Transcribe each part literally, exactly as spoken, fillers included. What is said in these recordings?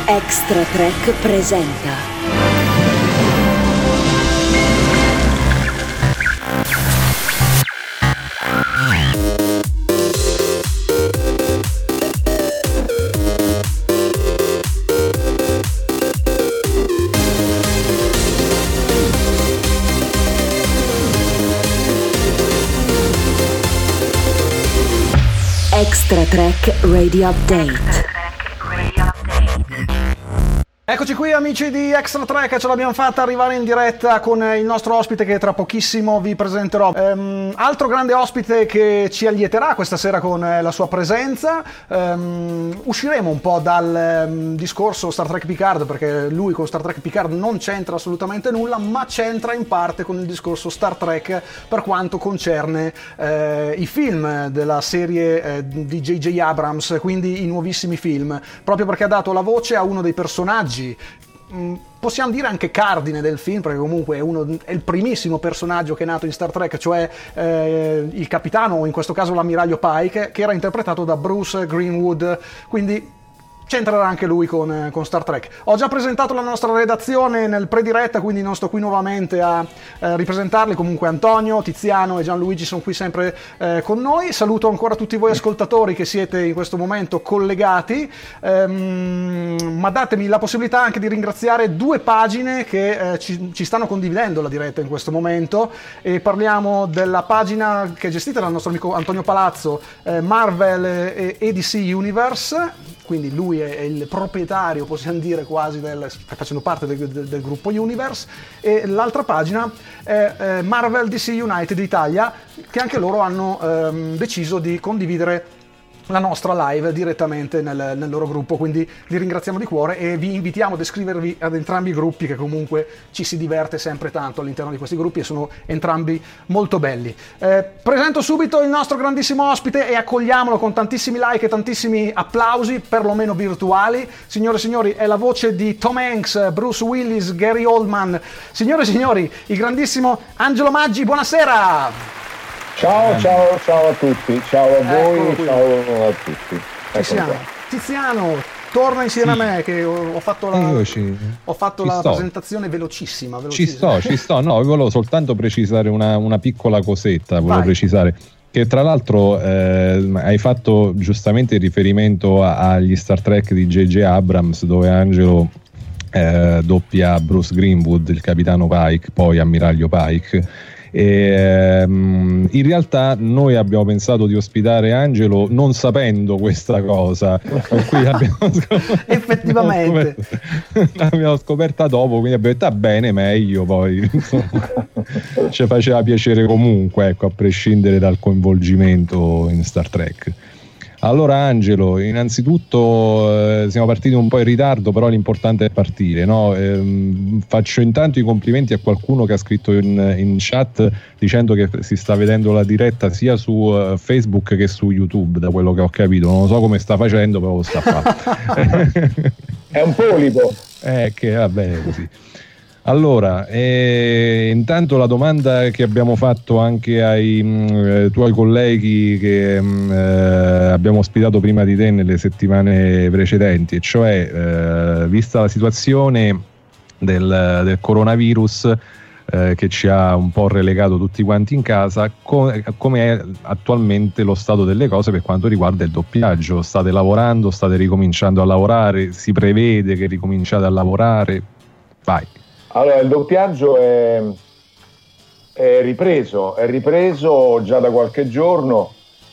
Extra Track presenta Extra Track Radio Update. Eccoci qui amici di Extra Track, ce l'abbiamo fatta arrivare in diretta con il nostro ospite che tra pochissimo vi presenterò. Um, altro grande ospite che ci allieterà questa sera con la sua presenza. Um, usciremo un po' dal um, discorso Star Trek Picard, perché lui con Star Trek Picard non c'entra assolutamente nulla, ma c'entra in parte con il discorso Star Trek per quanto concerne uh, i film della serie uh, di J J Abrams, quindi i nuovissimi film, proprio perché ha dato la voce a uno dei personaggi, possiamo dire anche cardine del film, perché comunque è, uno, è il primissimo personaggio che è nato in Star Trek, cioè eh, il capitano, o in questo caso l'ammiraglio Pike, che era interpretato da Bruce Greenwood, quindi c'entrerà anche lui con, con Star Trek. Ho già presentato la nostra redazione nel pre-diretta, quindi non sto qui nuovamente a eh, ripresentarli. Comunque Antonio, Tiziano e Gianluigi sono qui sempre eh, con noi. Saluto ancora tutti voi ascoltatori che siete in questo momento collegati, ehm, ma datemi la possibilità anche di ringraziare due pagine che eh, ci, ci stanno condividendo la diretta in questo momento, e parliamo della pagina che è gestita dal nostro amico Antonio Palazzo, eh, Marvel e, e D C Universe. Quindi lui è il proprietario, possiamo dire, quasi del, sta facendo parte del, del, del gruppo Universe, e l'altra pagina è eh, Marvel D C United Italia, che anche loro hanno ehm, deciso di condividere la nostra live direttamente nel, nel loro gruppo, quindi li ringraziamo di cuore e vi invitiamo ad iscrivervi ad entrambi i gruppi, che comunque ci si diverte sempre tanto all'interno di questi gruppi e sono entrambi molto belli. Eh, presento subito il nostro grandissimo ospite e accogliamolo con tantissimi like e tantissimi applausi, perlomeno virtuali. Signore e signori, è la voce di Tom Hanks, Bruce Willis, Gary Oldman. Signore e signori, il grandissimo Angelo Maggi, buonasera! Ciao, ciao, ciao a tutti, ciao a voi, ciao a tutti. Tiziano, Tiziano, torna insieme sì. a me, che ho, ho fatto la, ci, ho fatto la presentazione velocissima, velocissima. Ci sto, ci sto, no, volevo soltanto precisare una, una piccola cosetta, volevo Vai. precisare che tra l'altro eh, hai fatto giustamente riferimento a, agli Star Trek di J J Abrams, dove Angelo eh, doppia Bruce Greenwood, il capitano Pike, poi ammiraglio Pike. E, um, in realtà noi abbiamo pensato di ospitare Angelo non sapendo questa cosa, per cui abbiamo scoperto, effettivamente l'abbiamo scoperta dopo, quindi abbiamo detto ah, bene, meglio, poi ci faceva piacere comunque, ecco, a prescindere dal coinvolgimento in Star Trek. Allora Angelo, innanzitutto eh, siamo partiti un po' in ritardo, però l'importante è partire, no? Eh, faccio intanto i complimenti a qualcuno che ha scritto in, in chat dicendo che si sta vedendo la diretta sia su uh, Facebook che su YouTube, da quello che ho capito. Non so come sta facendo, però lo sta facendo. È un polipo. Eh, che va bene così. Allora, eh, intanto la domanda che abbiamo fatto anche ai mh, tuoi colleghi che mh, eh, abbiamo ospitato prima di te nelle settimane precedenti, e cioè eh, vista la situazione del, del coronavirus eh, che ci ha un po' relegato tutti quanti in casa, com- come è attualmente lo stato delle cose per quanto riguarda il doppiaggio? State lavorando, state ricominciando a lavorare, si prevede che ricominciate a lavorare? Vai. Allora, il doppiaggio è, è ripreso, è ripreso già da qualche giorno,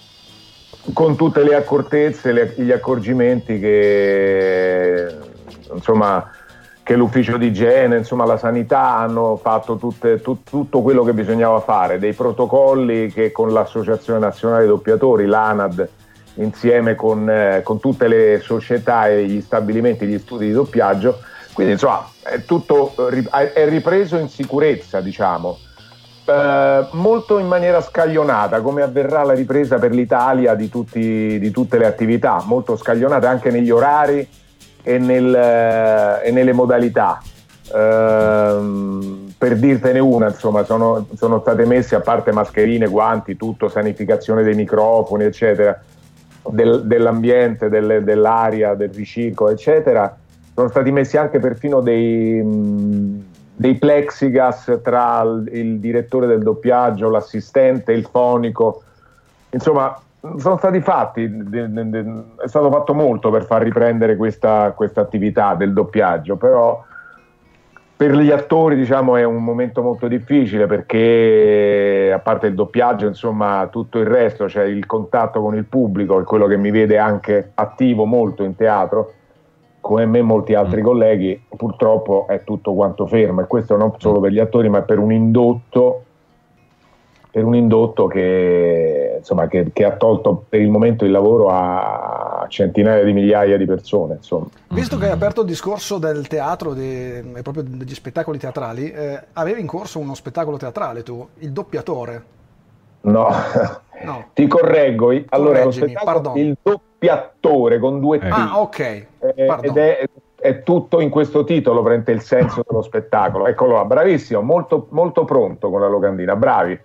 con tutte le accortezze, le, gli accorgimenti che, insomma, che l'ufficio di igiene, insomma, la sanità hanno fatto tutte, tut, tutto quello che bisognava fare, dei protocolli che con l'Associazione Nazionale Doppiatori, l'ANAD, insieme con, eh, con tutte le società e gli stabilimenti, gli studi di doppiaggio. Quindi insomma è tutto è ripreso in sicurezza, diciamo, eh, molto in maniera scaglionata, come avverrà la ripresa per l'Italia di, tutti, di tutte le attività, molto scaglionata anche negli orari e, nel, e nelle modalità. Eh, per dirtene una, insomma, sono, sono state messe, a parte mascherine, guanti, tutto, sanificazione dei microfoni, eccetera, del, dell'ambiente, del, dell'aria, del riciclo, eccetera. sono stati messi anche perfino dei, mh, dei plexigas tra il, il direttore del doppiaggio, l'assistente, il fonico, insomma sono stati fatti, de, de, de, è stato fatto molto per far riprendere questa, questa attività del doppiaggio, però per gli attori diciamo è un momento molto difficile, perché a parte il doppiaggio, insomma tutto il resto, cioè il contatto con il pubblico, è quello che mi vede anche attivo molto in teatro, come me e molti altri colleghi, purtroppo è tutto quanto fermo, e questo non solo per gli attori ma per un indotto per un indotto che, insomma, che, che ha tolto per il momento il lavoro a centinaia di migliaia di persone, insomma. Visto che hai aperto il discorso del teatro e proprio degli spettacoli teatrali, eh, avevi in corso uno spettacolo teatrale tu, Il Doppiatore. No, no. Ti correggo, allora lo spettacolo Il Doppiatore con due T. Ah, ok. Eh, ed è, è tutto in questo titolo, prende il senso dello spettacolo. Eccolo là, bravissimo, molto, molto pronto con la locandina, bravi.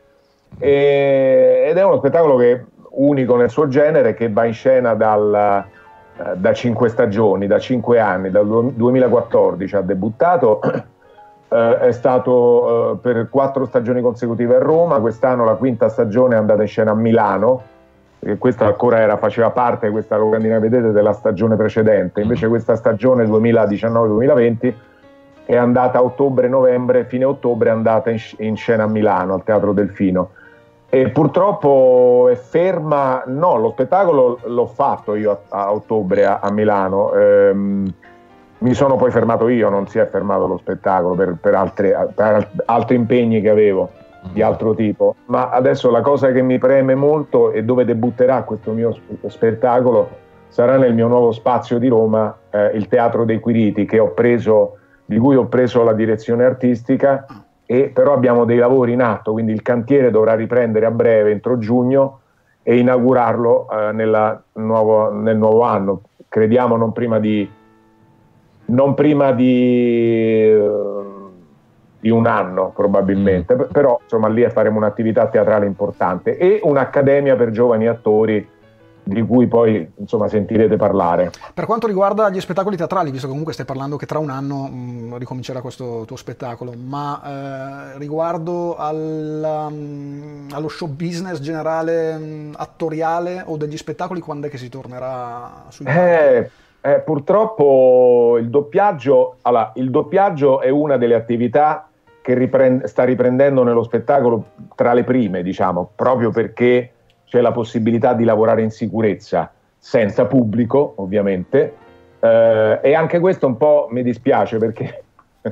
E, ed è uno spettacolo che unico nel suo genere, che va in scena dal, eh, da cinque stagioni, da cinque anni, dal duemilaquattordici ha debuttato, eh, è stato eh, per quattro stagioni consecutive a Roma, quest'anno la quinta stagione è andata in scena a Milano, perché questa ancora era, faceva parte, questa locandina vedete, della stagione precedente, invece questa stagione duemiladiciannove duemilaventi è andata a ottobre-novembre, fine ottobre è andata in, in scena a Milano, al Teatro Delfino. E purtroppo è ferma, no, lo spettacolo l'ho fatto io a, a ottobre a, a Milano, ehm, mi sono poi fermato io, non si è fermato lo spettacolo per, per, altre, per altri impegni che avevo di altro tipo, ma adesso la cosa che mi preme molto e dove debutterà questo mio spettacolo sarà nel mio nuovo spazio di Roma, eh, il Teatro dei Quiriti, che ho preso, di cui ho preso la direzione artistica. E però abbiamo dei lavori in atto, quindi il cantiere dovrà riprendere a breve, entro giugno, e inaugurarlo eh, nella nuovo, nel nuovo anno. Crediamo non prima di non prima di, uh, di un anno probabilmente, mm. però insomma lì faremo un'attività teatrale importante e un'accademia per giovani attori, di cui poi insomma sentirete parlare. Per quanto riguarda gli spettacoli teatrali, visto che comunque stai parlando che tra un anno mh, ricomincerà questo tuo spettacolo, ma eh, riguardo al, um, allo show business generale mh, attoriale o degli spettacoli, quando è che si tornerà sui eh, eh, purtroppo il doppiaggio, allora, il doppiaggio è una delle attività che riprende, sta riprendendo nello spettacolo tra le prime, diciamo, proprio perché c'è la possibilità di lavorare in sicurezza, senza pubblico ovviamente, eh, e anche questo un po' mi dispiace, perché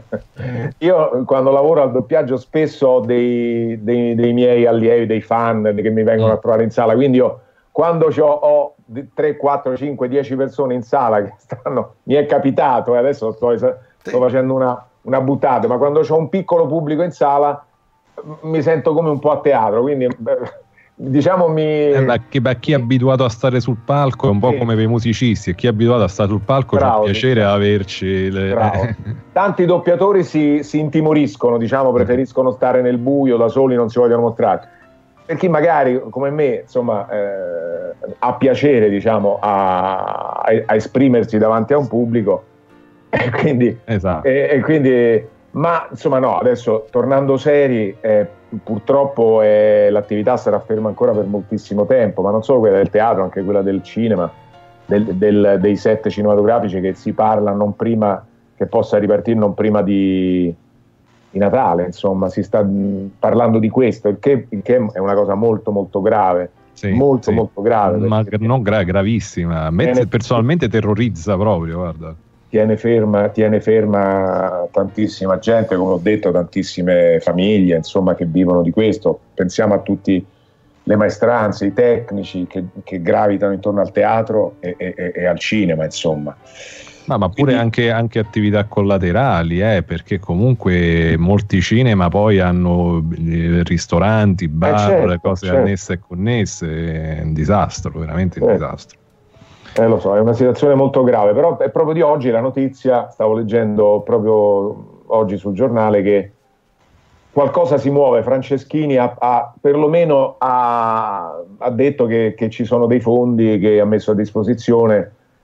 io quando lavoro al doppiaggio spesso ho dei, dei, dei miei allievi, dei fan che mi vengono a trovare in sala, quindi io quando ho tre, quattro, cinque, dieci persone in sala che stanno, mi è capitato, e adesso sto, sto facendo una, una buttata, ma quando ho un piccolo pubblico in sala mi sento come un po' a teatro, quindi diciamo mi... Eh, ma chi, ma chi è abituato a stare sul palco è un po' sì. come per i musicisti, e chi è abituato a stare sul palco fa piacere averci le... Tanti doppiatori si, si intimoriscono, diciamo, preferiscono stare nel buio da soli, non si vogliono mostrare. Per chi magari come me insomma eh, ha piacere, diciamo, a, a esprimersi davanti a un pubblico, e quindi, esatto. e, e quindi ma insomma no, adesso tornando seri, eh, purtroppo eh, l'attività sarà ferma ancora per moltissimo tempo, ma non solo quella del teatro, anche quella del cinema, del, del, dei set cinematografici, che si parla non prima, che possa ripartire non prima di, di Natale, insomma si sta mh, parlando di questo, il che, il che è una cosa molto molto grave, sì, molto sì. molto grave, ma non gra- gravissima, a me viene, personalmente terrorizza proprio, guarda. Tiene ferma, tiene ferma tantissima gente, come ho detto, tantissime famiglie, insomma, che vivono di questo. Pensiamo a tutte le maestranze, i tecnici che, che gravitano intorno al teatro e, e, e al cinema, insomma. Ma, ma pure Quindi, anche, anche attività collaterali, eh, perché comunque molti cinema poi hanno ristoranti, bar, eh certo, cose certo. annesse e connesse, è un disastro, veramente un certo. disastro. Eh, lo so, è una situazione molto grave, però è proprio di oggi la notizia, stavo leggendo proprio oggi sul giornale, che qualcosa si muove. Franceschini ha, ha perlomeno ha, ha detto che, che ci sono dei fondi che ha messo a disposizione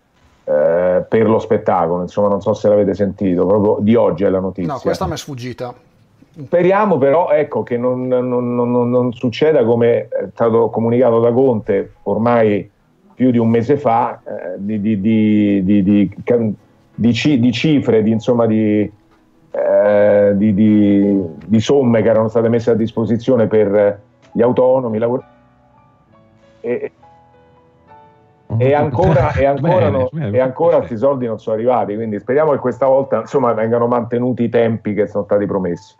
eh, per lo spettacolo, insomma non so se l'avete sentito, proprio di oggi è la notizia. No, questa mi è sfuggita. Speriamo però, ecco, che non, non, non, non succeda come è stato comunicato da Conte ormai più di un mese fa, eh, di, di, di, di, di, di, di cifre, di, insomma, di, eh, di, di, di somme che erano state messe a disposizione per gli autonomi, lavori, e, e ancora, e ancora, no, e ancora questi soldi non sono arrivati, quindi speriamo che questa volta, insomma, vengano mantenuti i tempi che sono stati promessi.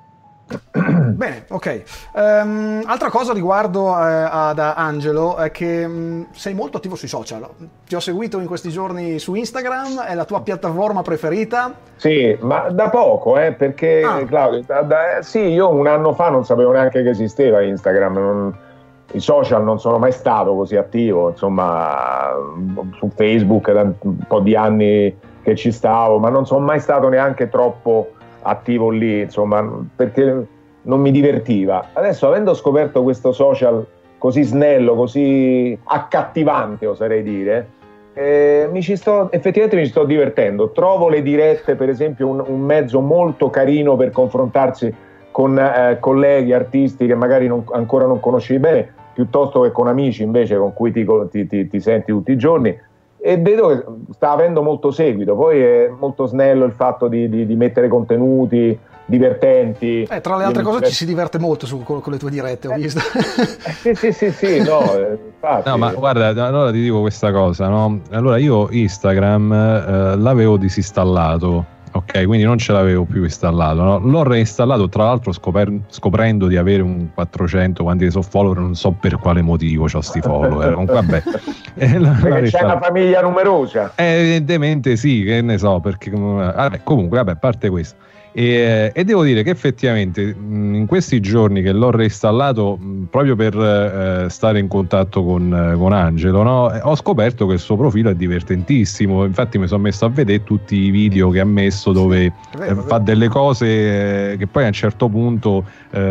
Bene, ok. Um, altra cosa riguardo eh, ad Angelo è che mh, sei molto attivo sui social. Ti ho seguito in questi giorni su Instagram, è la tua piattaforma preferita? Sì, ma da poco, eh, perché ah. Claudio, da, da, eh, sì, io un anno fa non sapevo neanche che esisteva Instagram, non, i social non sono mai stato così attivo, insomma, su Facebook da un po' di anni che ci stavo, ma non sono mai stato neanche troppo attivo lì, insomma, perché non mi divertiva. Adesso, avendo scoperto questo social così snello, così accattivante, oserei dire, eh, mi ci sto, effettivamente mi ci sto divertendo. Trovo le dirette, per esempio, un, un mezzo molto carino per confrontarsi con eh, colleghi, artisti che magari non, ancora non conoscevi bene, piuttosto che con amici invece con cui ti, ti, ti, ti senti tutti i giorni. E vedo che sta avendo molto seguito. Poi è molto snello il fatto di, di, di mettere contenuti divertenti. Eh, tra le altre cose ci si diverte molto su, con, con le tue dirette, ho visto. Eh, sì, sì, sì, sì, no, infatti. No, ma guarda, allora ti dico questa cosa, no? Allora io Instagram eh, l'avevo disinstallato. Ok, quindi non ce l'avevo più installato, no? L'ho reinstallato, tra l'altro scoper- scoprendo di avere un quattrocento, quanti sono follower, non so per quale motivo c'ho sti follower. Comunque vabbè. Eh, la, perché la c'è una famiglia numerosa. Eh, evidentemente sì, che ne so, perché vabbè, comunque vabbè, a parte questo. E, e devo dire che effettivamente mh, in questi giorni che l'ho reinstallato mh, proprio per eh, stare in contatto con, eh, con Angelo, no? ho scoperto che il suo profilo è divertentissimo. Infatti mi sono messo a vedere tutti i video che ha messo dove eh, fa delle cose eh, che poi a un certo punto eh,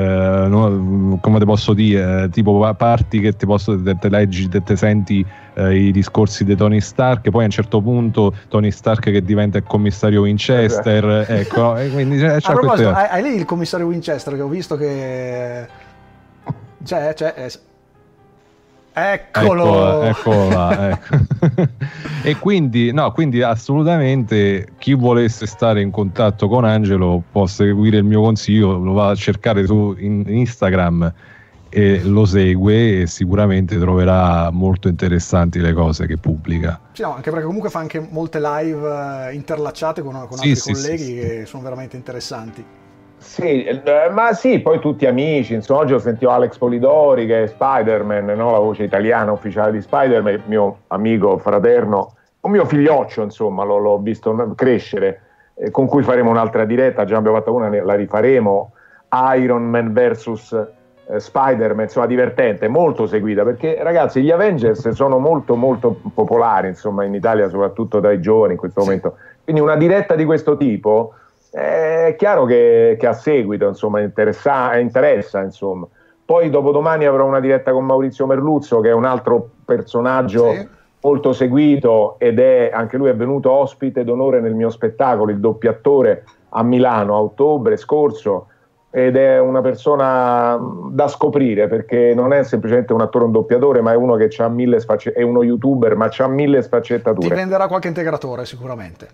no, come te posso dire, eh, tipo parti che ti posso te, te leggi, te, te senti eh, i discorsi di Tony Stark, poi a un certo punto Tony Stark che diventa il commissario Winchester, ecco, no? E quindi c'è, c'è a proposito, hai, hai lì il commissario Winchester che ho visto che c'è, c'è, è... eccolo, ecco, eccolo là, ecco. E quindi no, quindi assolutamente chi volesse stare in contatto con Angelo può seguire il mio consiglio, lo va a cercare su in Instagram e lo segue e sicuramente troverà molto interessanti le cose che pubblica. Sì, no, anche perché comunque fa anche molte live interlacciate con, con sì, altri sì, colleghi sì, che sì. sono veramente interessanti. Sì, eh, ma sì, poi tutti amici, insomma, oggi ho sentito Alex Polidori che è Spider-Man, no? La voce italiana ufficiale di Spider-Man, il mio amico fraterno, un mio figlioccio, insomma, l'ho, l'ho visto crescere, eh, con cui faremo un'altra diretta, già abbiamo fatto una, la rifaremo, Iron Man versus eh, Spider-Man, insomma, divertente, molto seguita, perché ragazzi gli Avengers sono molto molto popolari, insomma, in Italia, soprattutto tra i giovani in questo momento, quindi una diretta di questo tipo è chiaro che, che ha seguito, insomma, interessa, interessa, insomma. Poi dopodomani avrò una diretta con Maurizio Merluzzo, che è un altro personaggio sì. molto seguito, ed è anche lui è venuto ospite d'onore nel mio spettacolo, il doppiatore, a Milano a ottobre scorso, ed è una persona da scoprire, perché non è semplicemente un attore, un doppiatore, ma è uno che ha mille sfacce- è uno youtuber, ma c'ha mille sfaccettature. Ti venderà qualche integratore sicuramente.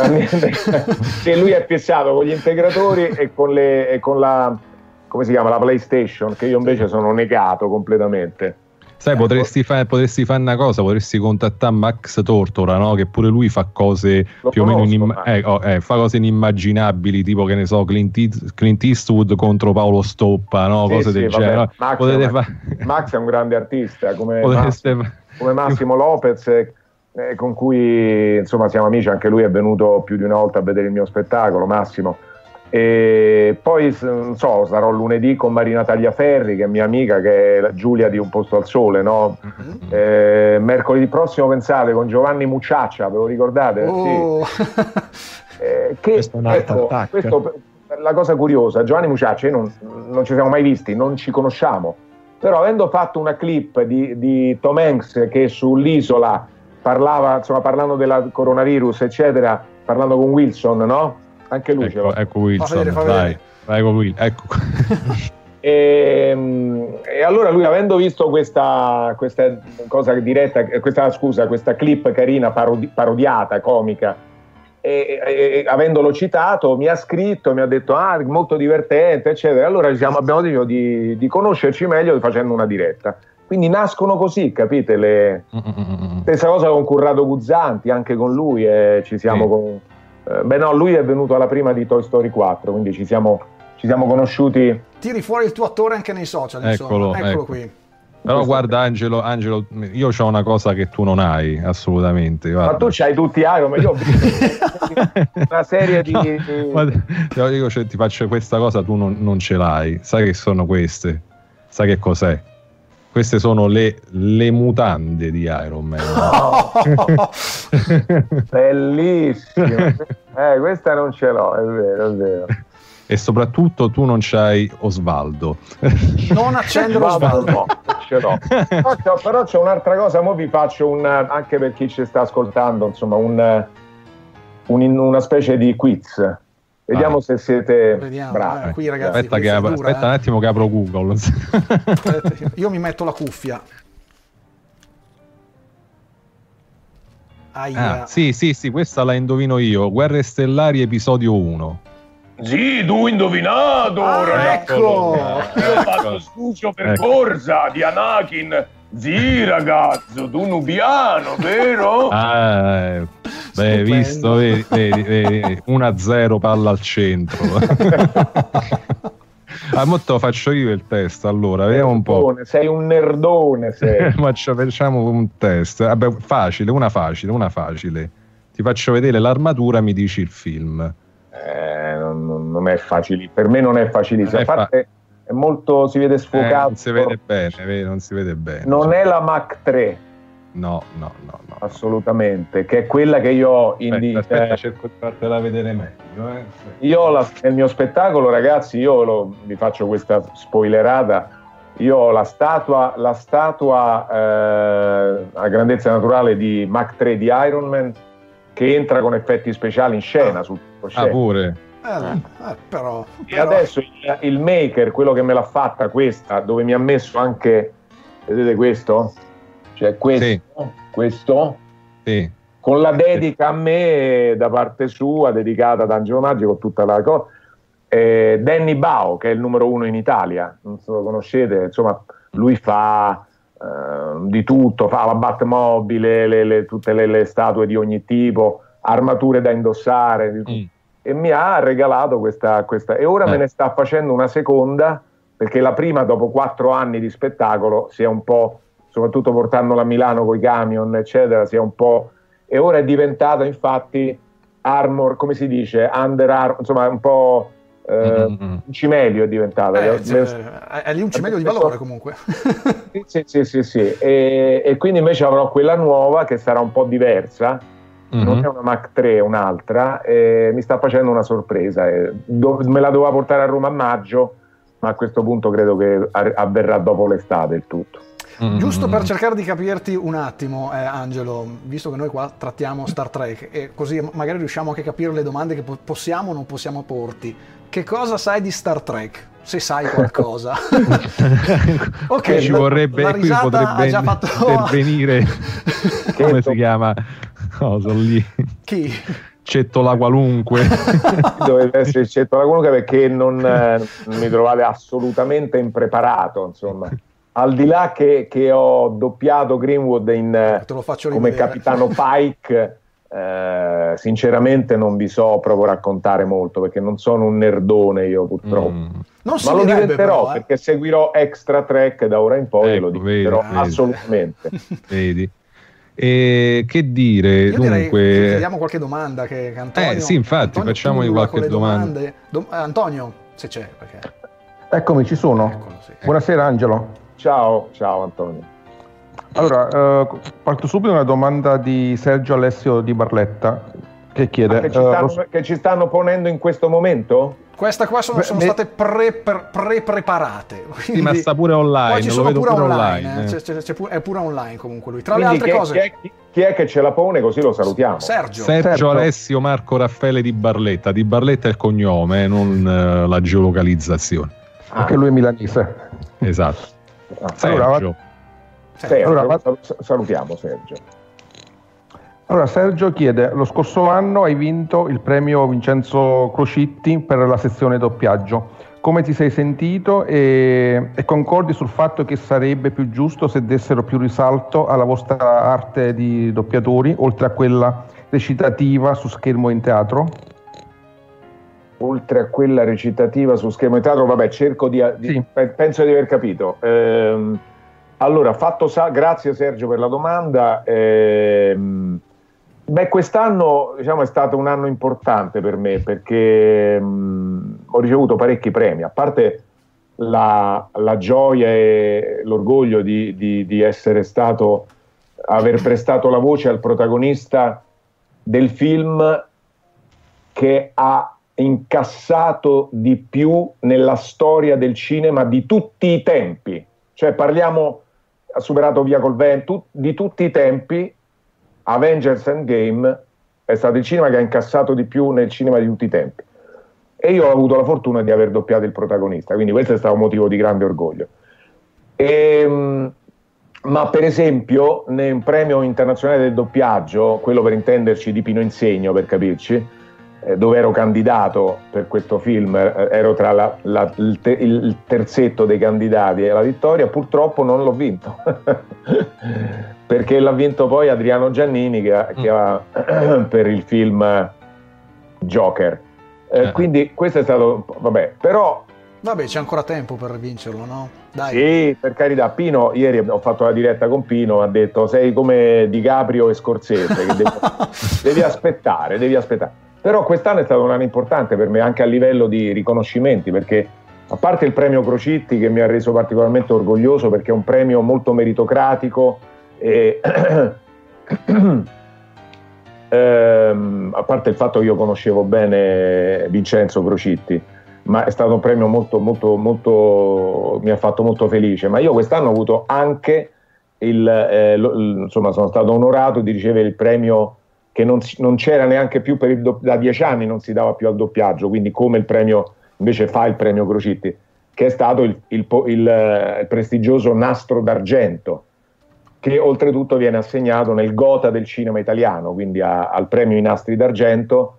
Sì, lui è fissato con gli integratori e con, le, e con la, come si chiama, la PlayStation, che io invece sono negato completamente. Sai, ecco. potresti fare potresti fare una cosa, potresti contattare Max Tortora, no? Che pure lui fa cose Lo più conosco, o meno inim- eh, oh, eh, fa cose inimmaginabili, tipo che ne so, Clint, East- Clint Eastwood contro Paolo Stoppa, no? Sì, cose sì, del vabbè. genere. Max, Potete è, fa- Max è un grande artista, come Potreste... Massimo, come Massimo Lopez, eh, con cui insomma siamo amici, anche lui è venuto più di una volta a vedere il mio spettacolo, Massimo. E poi non so, sarò lunedì con Marina Tagliaferri, che è mia amica, che è la Giulia di Un Posto al Sole, no? Mm-hmm. Eh, mercoledì prossimo pensate con Giovanni Mucciaccia, ve lo ricordate? Oh. Sì. Eh, che, questo, ecco, questo, la cosa curiosa, Giovanni Mucciaccia, io non, non ci siamo mai visti, non ci conosciamo, però avendo fatto una clip di, di Tom Hanks che sull'isola parlava, insomma, parlando del coronavirus, eccetera, parlando con Wilson, no? Anche lui ecco, ce l'ho. Ecco Wilson, fa vedere, fa dai, vedere. vai con Will, ecco. E, e allora lui, avendo visto questa, questa cosa diretta, questa scusa, questa clip carina, parodi- parodiata, comica, e, e, e avendolo citato, mi ha scritto, mi ha detto ah, molto divertente, eccetera. Allora diciamo, abbiamo deciso di, di conoscerci meglio facendo una diretta. Quindi nascono così, capite? Le... Stessa cosa con Corrado Guzzanti, anche con lui, e ci siamo sì. con... eh, beh no, lui è venuto alla prima di Toy Story quattro, quindi ci siamo, ci siamo conosciuti. Tiri fuori il tuo attore anche nei social, Eccolo, insomma. Eccolo ecco. qui. Però guarda Angelo, Angelo, io ho una cosa che tu non hai, assolutamente. Guarda. Ma tu c'hai tutti Iron Man, io ho visto una serie di... Guarda, io cioè, ti faccio questa cosa, tu non, non ce l'hai. Sai che sono queste? Sai che cos'è? Queste sono le, le mutande di Iron Man. Oh, bellissimo. Eh, questa non ce l'ho, è vero, è vero. E soprattutto tu non c'hai Osvaldo. Non accendere lo sbaldo. No, ce l'ho. Però, c'ho, però c'è un'altra cosa, mo vi faccio un, anche per chi ci sta ascoltando, insomma, un, un, una specie di quiz. Vediamo ah. se siete Vediamo, bravi. Eh, qui, ragazzi, aspetta, che apra, dura, aspetta eh. un attimo che apro Google. Aspetta, io mi metto la cuffia. Aia. Ah, sì, sì, sì, questa la indovino io. Guerre Stellari episodio uno. Sì, tu indovinato, Ah, ragazzo. ecco. Io ho fatto studio per Ecco. corsa di Anakin. Sì, ragazzo, tu nubiano, vero? Ah, eh, beh, Stupendo. visto, vedi, vedi, vedi, uno a zero palla al centro. Ah, mo te lo faccio io il test, allora, vediamo un po'. Sei un nerdone, sei. Faccio- facciamo un test. Vabbè, facile, una facile, una facile. Ti faccio vedere l'armatura, mi dici il film. Eh, non, non è facile, per me non è facilissimo. A Non è fa- parte è molto, si vede Eh, sfocato. non si vede bene, vedi, non si vede bene. Non è la Mach tre, No, no, no, no. assolutamente, che è quella che io ho in Aspetta, aspetta, eh, cerco di fartela vedere meglio. Eh. io ho la, nel mio spettacolo, ragazzi, io lo, vi faccio questa spoilerata. Io ho la statua, la statua eh, a grandezza naturale di Mach tre di Iron Man, che entra con effetti speciali in scena sul Ah, pure. Eh, eh, però, E però- adesso il, il maker, quello che me l'ha fatta questa, dove mi ha messo anche, vedete questo? Cioè questo, Sì. questo, Sì. con la dedica a me da parte sua, dedicata ad Angelo Magico, tutta la cosa. Eh, Danny Bao, che è il numero uno in Italia, non so se lo conoscete, insomma, lui fa eh, di tutto, fa la Batmobile, le, le, tutte le, le statue di ogni tipo, armature da indossare, di tutto. Mm. E mi ha regalato questa, questa e ora Eh. me ne sta facendo una seconda, perché la prima, dopo quattro anni di spettacolo, si è un po', soprattutto portandola a Milano con i camion eccetera, si è un po', e ora è diventata infatti armor, come si dice, under armor, insomma un po' eh, Mm-hmm. un cimelio è diventata. eh, Me- cioè, è lì un cimelio di valore comunque. sì, sì, sì, sì, sì. E, e quindi invece avrò quella nuova che sarà un po' diversa. Mhm. Non è una Mach tre, è un'altra, e mi sta facendo una sorpresa. E do- me la doveva portare a Roma a maggio, ma a questo punto credo che ar- avverrà dopo l'estate il tutto. Mm-hmm. Giusto per cercare di capirti un attimo, eh, Angelo, visto che noi qua trattiamo Star Trek e così magari riusciamo anche a capire le domande che po- possiamo o non possiamo porti. Che cosa sai di Star Trek? Se sai qualcosa. Ok, Ci la- vorrebbe, la qui risata potrebbe ha già fatto... intervenire. Come si chiama? No, sono lì. Chi? Cettola qualunque. Dovrebbe essere scetto la qualunque, perché non eh, mi trovate assolutamente impreparato, insomma. Al di là che, che ho doppiato Greenwood in, eh, Te lo faccio come rivedere. capitano Pike, eh, sinceramente non vi so proprio raccontare molto, perché non sono un nerdone io purtroppo. Mm. Non si Ma lo direbbe diventerò, però, eh. perché seguirò Extra Trek da ora in poi, e Ecco, lo diventerò vedi, vedi. assolutamente. Vedi? E che dire, Io direi dunque. che chiediamo qualche domanda che, che Antonio... Eh, sì, infatti, Antonio facciamogli pullula qualche con le domanda. domande. Dom- eh, Antonio, se c'è, perché... Eccomi, ci sono. Eccolo, sì. Buonasera Angelo. Ciao, ciao Antonio. Allora, eh, parto subito da una domanda di Sergio Alessio Di Barletta. Che chiede? Che ci, Uh, stanno, lo- che ci stanno ponendo in questo momento? Queste qua sono, Beh, sono ne- state pre, pre, pre-preparate. Sì, ma sta pure online, Poi ci lo sono vedo pure pure online, online, eh. eh. C'è- c'è- c'è pure- è pure online comunque lui. Tra Quindi le altre chi, è- cose, chi, è, chi- chi è che ce la pone? Così lo salutiamo. Sergio. Sergio Sergio. Alessio Marco Raffaele Di Barletta. Di Barletta è il cognome, eh, non eh, la geolocalizzazione. Anche lui è milanese. Esatto. Ah, Sergio. Allora, Sergio, Allora, ma- sal- salutiamo Sergio. Allora, Sergio chiede: lo scorso anno hai vinto il premio Vincenzo Crocitti per la sezione doppiaggio. Come ti sei sentito e, e concordi sul fatto che sarebbe più giusto se dessero più risalto alla vostra arte di doppiatori, oltre a quella recitativa su schermo in teatro? Oltre a quella recitativa su schermo di teatro, vabbè, cerco di, di Sì. pe- penso di aver capito. Ehm, allora, fatto sa- grazie Sergio per la domanda. Ehm, beh, quest'anno diciamo è stato un anno importante per me perché mh, ho ricevuto parecchi premi, a parte la, la gioia e l'orgoglio di, di- di essere stato, aver prestato la voce al protagonista del film che ha incassato di più nella storia del cinema di tutti i tempi, cioè parliamo, ha superato Via col Vento, di tutti i tempi. Avengers Endgame è stato il cinema che ha incassato di più nel cinema di tutti i tempi e io ho avuto la fortuna di aver doppiato il protagonista, quindi questo è stato un motivo di grande orgoglio. E, ma per esempio nel premio internazionale del doppiaggio, quello per intenderci di Pino Insegno, per capirci, eh, dove ero candidato per questo film, eh, ero tra la, la, il, te, il terzetto dei candidati alla vittoria, purtroppo non l'ho vinto perché l'ha vinto poi Adriano Giannini che, ha- che ha per il film Joker. Eh, Eh. Quindi questo è stato, vabbè, però Vabbè, c'è ancora tempo per vincerlo, no? Dai. sì, per carità. Pino, ieri ho fatto la diretta con Pino, ha detto sei come DiCaprio e Scorsese, che devi, devi aspettare, devi aspettare. Però quest'anno è stato un anno importante per me anche a livello di riconoscimenti, perché a parte il premio Crocitti che mi ha reso particolarmente orgoglioso perché è un premio molto meritocratico e ehm, a parte il fatto che io conoscevo bene Vincenzo Crocitti, ma è stato un premio molto, molto, molto, mi ha fatto molto felice. Ma io quest'anno ho avuto anche il, eh, lo- il- insomma, sono stato onorato di ricevere il premio che non, si- non c'era neanche più per il do- da dieci anni, non si dava più al doppiaggio, quindi come il premio, invece fa il premio Crocitti, che è stato il, il po- il, eh, il prestigioso Nastro d'Argento, che oltretutto viene assegnato nel Gotha del cinema italiano, quindi a- al premio I Nastri d'Argento.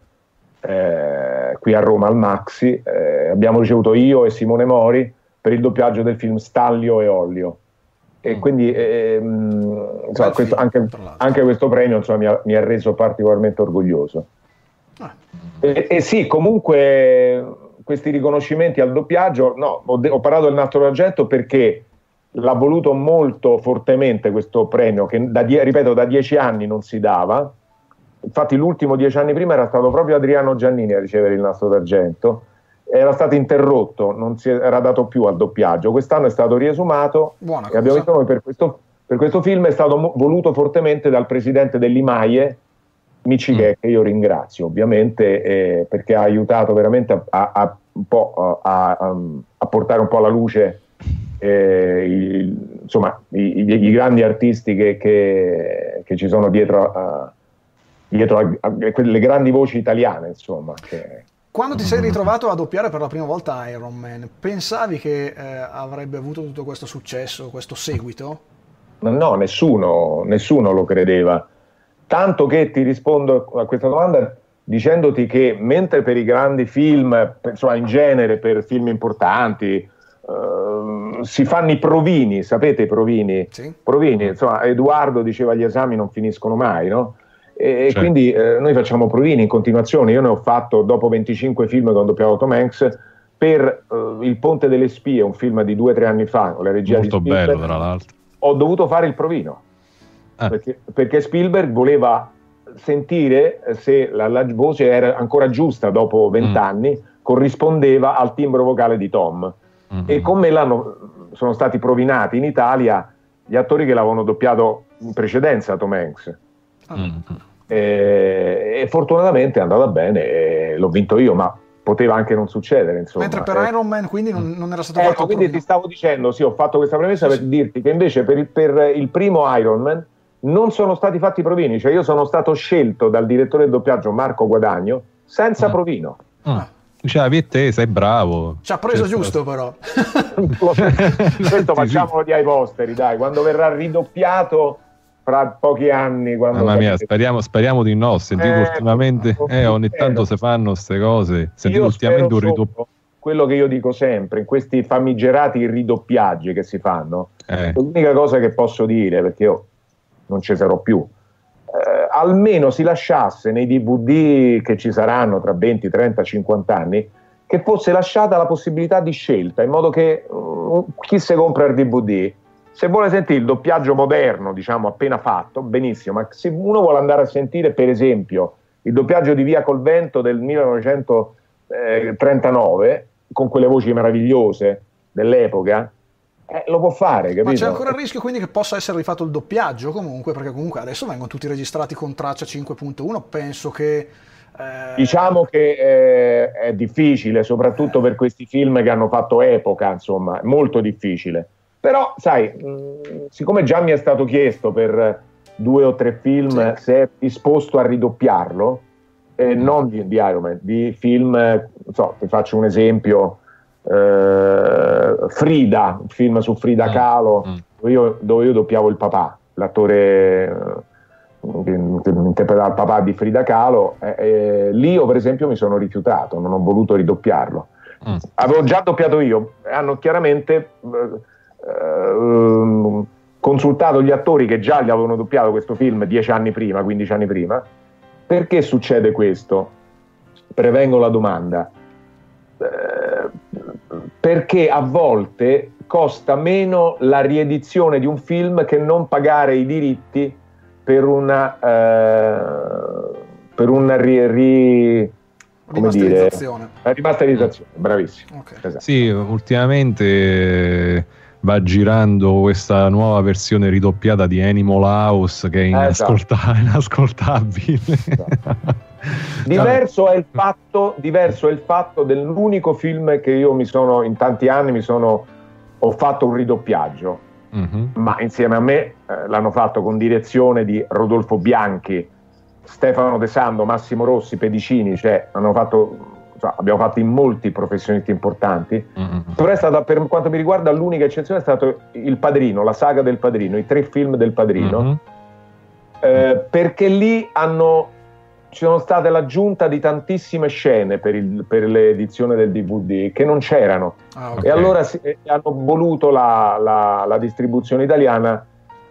Eh, qui a Roma al Maxi eh, abbiamo ricevuto io e Simone Mori per il doppiaggio del film Stallio e Ollio e Mm. quindi ehm, insomma, Bel questo- film, anche, tra l'altro. anche questo premio insomma, mi, ha, mi ha reso particolarmente orgoglioso. Ah. E, e sì, comunque questi riconoscimenti al doppiaggio, no, ho, de- ho parlato del Nastro d'Argento perché l'ha voluto molto fortemente questo premio che da, die- ripeto, da dieci anni non si dava. Infatti l'ultimo dieci anni prima era stato proprio Adriano Giannini a ricevere il Nastro d'Argento, era stato interrotto, non si era dato più al doppiaggio, quest'anno è stato riesumato Buona e abbiamo cosa. visto noi per questo, per questo film è stato mo- voluto fortemente dal presidente dell'Imaie, Michighe, che io ringrazio ovviamente eh, perché ha aiutato veramente a, a- a un po' a, a- a portare un po' alla luce eh, il- insomma, i, i- i grandi artisti che, che- che ci sono dietro a, dietro a, a quelle grandi voci italiane, insomma. Che... Quando ti sei ritrovato a doppiare per la prima volta Iron Man, pensavi che eh, avrebbe avuto tutto questo successo, questo seguito? No, nessuno, nessuno lo credeva. Tanto che ti rispondo a questa domanda dicendoti che mentre per i grandi film, insomma in genere per film importanti, eh, si fanno i provini, sapete i provini? Sì. Provini, insomma, Edoardo diceva gli esami non finiscono mai, no? E Certo. quindi eh, noi facciamo provini in continuazione. Io ne ho fatto dopo venticinque film che ho doppiato Tom Hanks per eh, Il Ponte delle Spie, un film di due o tre anni fa con la regia Molto di Spielberg. bello, tra l'altro. Ho dovuto fare il provino Ah. perché, perché Spielberg voleva sentire se la, la voce era ancora giusta dopo vent'anni, corrispondeva al timbro vocale di Tom. Mhm. E con me l'hanno, sono stati provinati in Italia gli attori che l'avevano doppiato in precedenza Tom Hanks. Mm. e, e fortunatamente è andata bene e l'ho vinto io, ma poteva anche non succedere, insomma. Mentre per eh. Iron Man quindi non, non era stato Ecco, fatto quindi ti stavo dicendo, sì, ho fatto questa premessa per dirti che invece per il, per il primo Iron Man non sono stati fatti provini, cioè io sono stato scelto dal direttore del doppiaggio Marco Guadagno senza Mm. provino. Ah. Cioè, per te sei bravo. ci ha preso Cioè, giusto però. Questo facciamolo di ai posteri, dai, quando verrà ridoppiato fra pochi anni. Quando Mamma mia, capite- speriamo, speriamo di no. Sentito Eh, ultimamente, eh, ogni spero. tanto si fanno queste cose. Sentito Io ultimamente un spero ridoppiaggio. solo quello che io dico sempre, in questi famigerati ridoppiaggi che si fanno, Eh. l'unica cosa che posso dire, perché io non ci sarò più, eh, almeno si lasciasse nei D V D che ci saranno tra venti, trenta, cinquanta anni, che fosse lasciata la possibilità di scelta, in modo che uh, chi si compra il D V D, se vuole sentire il doppiaggio moderno, diciamo appena fatto, benissimo, ma se uno vuole andare a sentire per esempio il doppiaggio di Via col Vento del millenovecentotrentanove, con quelle voci meravigliose dell'epoca, eh, lo può fare, capito? Ma c'è ancora il rischio quindi che possa essere rifatto il doppiaggio comunque, perché comunque adesso vengono tutti registrati con traccia cinque punto uno, penso che eh, Diciamo che eh, è difficile, soprattutto per questi film che hanno fatto epoca, insomma, è molto difficile. Però, sai, mh, siccome già mi è stato chiesto per due o tre film Sì. se è disposto a ridoppiarlo, eh, non di, di Iron Man, di film, eh, non so, ti faccio un esempio, eh, Frida, un film su Frida Mm. Kahlo, Mm. dove io, dove io doppiavo il papà, l'attore eh, che interpretava il papà di Frida Kahlo, eh, eh, lì io per esempio mi sono rifiutato, non ho voluto ridoppiarlo. Mm. Avevo già doppiato io, hanno chiaramente eh, eh, consultato gli attori che già gli avevano doppiato questo film dieci anni prima, quindici anni prima. Perché succede questo? Prevengo la domanda. Eh, perché a volte costa meno la riedizione di un film che non pagare i diritti per una eh, per una ri, ri, come dire, rimasterizzazione. la rimasterizzazione, bravissimo. Ok. Esatto. Sì, ultimamente eh, va girando questa nuova versione ridoppiata di Animal House che è inascolta- inascoltabile. Diverso è il fatto, diverso è il fatto dell'unico film che io mi sono in tanti anni mi sono ho fatto un ridoppiaggio, Mhm. ma insieme a me eh, l'hanno fatto con direzione di Rodolfo Bianchi, Stefano De Sando, Massimo Rossi, Pedicini, cioè hanno fatto, cioè, abbiamo fatto in molti professionisti importanti. Mhm. Però è stata, per quanto mi riguarda, l'unica eccezione è stato Il Padrino, la saga del Padrino, i tre film del Padrino, Mhm. eh, perché lì hanno ci sono state l'aggiunta di tantissime scene per, il, per l'edizione del D V D che non c'erano. Ah, ok. E allora si, eh, hanno voluto la, la, la distribuzione italiana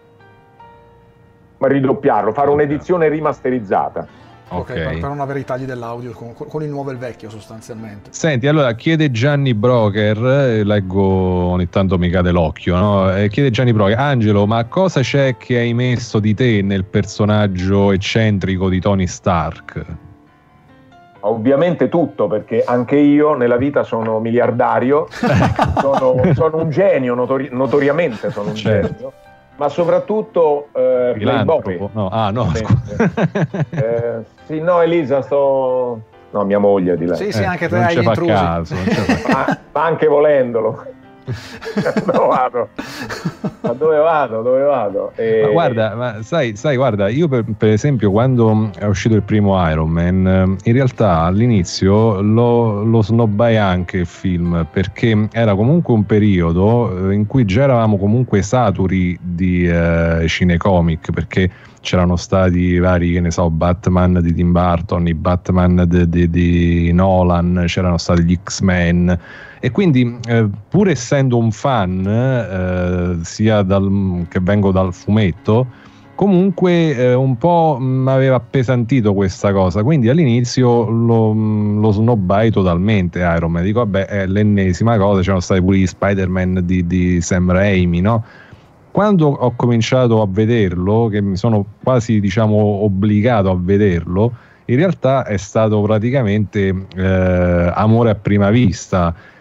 ridoppiarlo, fare un'edizione rimasterizzata. Ok, Ok. per, per non avere i tagli dell'audio con, con il nuovo e il vecchio sostanzialmente. Senti, allora chiede Gianni Broker, eh, leggo ogni tanto mi cade l'occhio, no? Eh, chiede Gianni Broker, Angelo, ma cosa c'è che hai messo di te nel personaggio eccentrico di Tony Stark? Ovviamente tutto, perché anche io nella vita sono miliardario, sono, sono un genio, notori- notoriamente sono un Certo. genio, ma soprattutto eh, Filantropo? playboy. No, ah no, Ovviamente. scusa. Eh, sì, no, Elisa, sto... No, mia moglie di lei. Sì, sì, Eh, anche te non hai ci gli fa intrusi. caso, non ci fa- Ma, ma anche volendolo. Dove vado? Ma dove vado? Dove vado? E... Ma guarda, ma sai, sai, guarda, io per, per esempio quando è uscito il primo Iron Man, eh, in realtà all'inizio lo, lo snobbai anche il film, perché era comunque un periodo eh, in cui già eravamo comunque saturi di eh, cinecomic, perché c'erano stati vari, che ne so, Batman di Tim Burton, i Batman di, di, di Nolan, c'erano stati gli X-Men. E quindi eh, pur essendo un fan eh, sia dal, che vengo dal fumetto, comunque eh, un po' mi aveva appesantito questa cosa, quindi all'inizio lo, lo snobbai totalmente Iron Man, dico vabbè è l'ennesima cosa, c'erano stati pure gli Spider-Man di, di Sam Raimi, no? Quando ho cominciato a vederlo, che mi sono quasi diciamo obbligato a vederlo, in realtà è stato praticamente eh, amore a prima vista.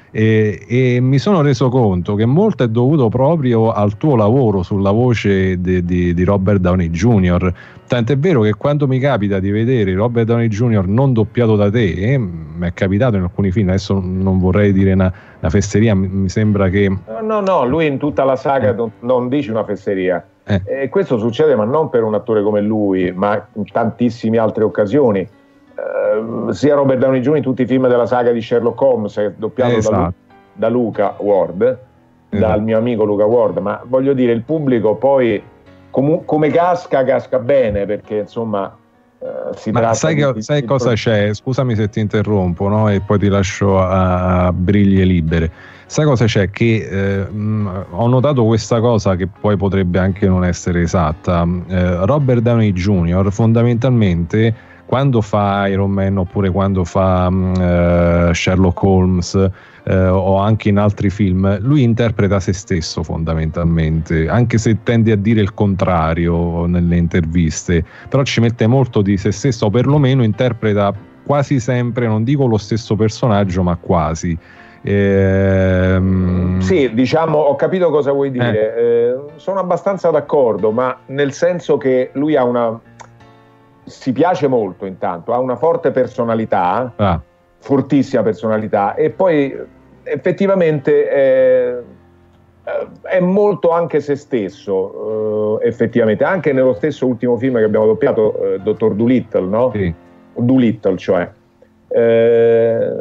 E, e mi sono reso conto che molto è dovuto proprio al tuo lavoro sulla voce di, di, di Robert Downey junior Tant'è vero che quando mi capita di vedere Robert Downey junior non doppiato da te, eh, mi è capitato in alcuni film, adesso non vorrei dire una, una fesseria, mi, mi sembra che... No, no, no, lui in tutta la saga non, non dice una fesseria. Eh. E questo succede, ma non per un attore come lui, ma in tantissime altre occasioni. Uh, sia Robert Downey junior in tutti i film della saga di Sherlock Holmes, doppiato esatto. da, Lu- da Luca Ward, esatto. dal mio amico Luca Ward, ma voglio dire, il pubblico poi com- come casca, casca bene, perché insomma uh, si ma tratta sai, di, che, di, sai di cosa pro- c'è? Scusami se ti interrompo, no? E poi ti lascio a, a briglie libere. Sai cosa c'è? Che eh, mh, ho notato questa cosa che poi potrebbe anche non essere esatta. Eh, Robert Downey junior fondamentalmente quando fa Iron Man oppure quando fa uh, Sherlock Holmes uh, o anche in altri film, lui interpreta se stesso fondamentalmente, anche se tende a dire il contrario nelle interviste, però ci mette molto di se stesso, o perlomeno interpreta quasi sempre, non dico lo stesso personaggio, ma quasi. Ehm... Sì, diciamo, ho capito cosa vuoi dire. Eh. Eh, sono abbastanza d'accordo, ma nel senso che lui ha una... si piace molto, intanto ha una forte personalità, ah. fortissima personalità, e poi effettivamente è, è molto anche se stesso, eh, effettivamente anche nello stesso ultimo film che abbiamo doppiato, eh, Dottor Dolittle, no? Sì. Dolittle, cioè eh,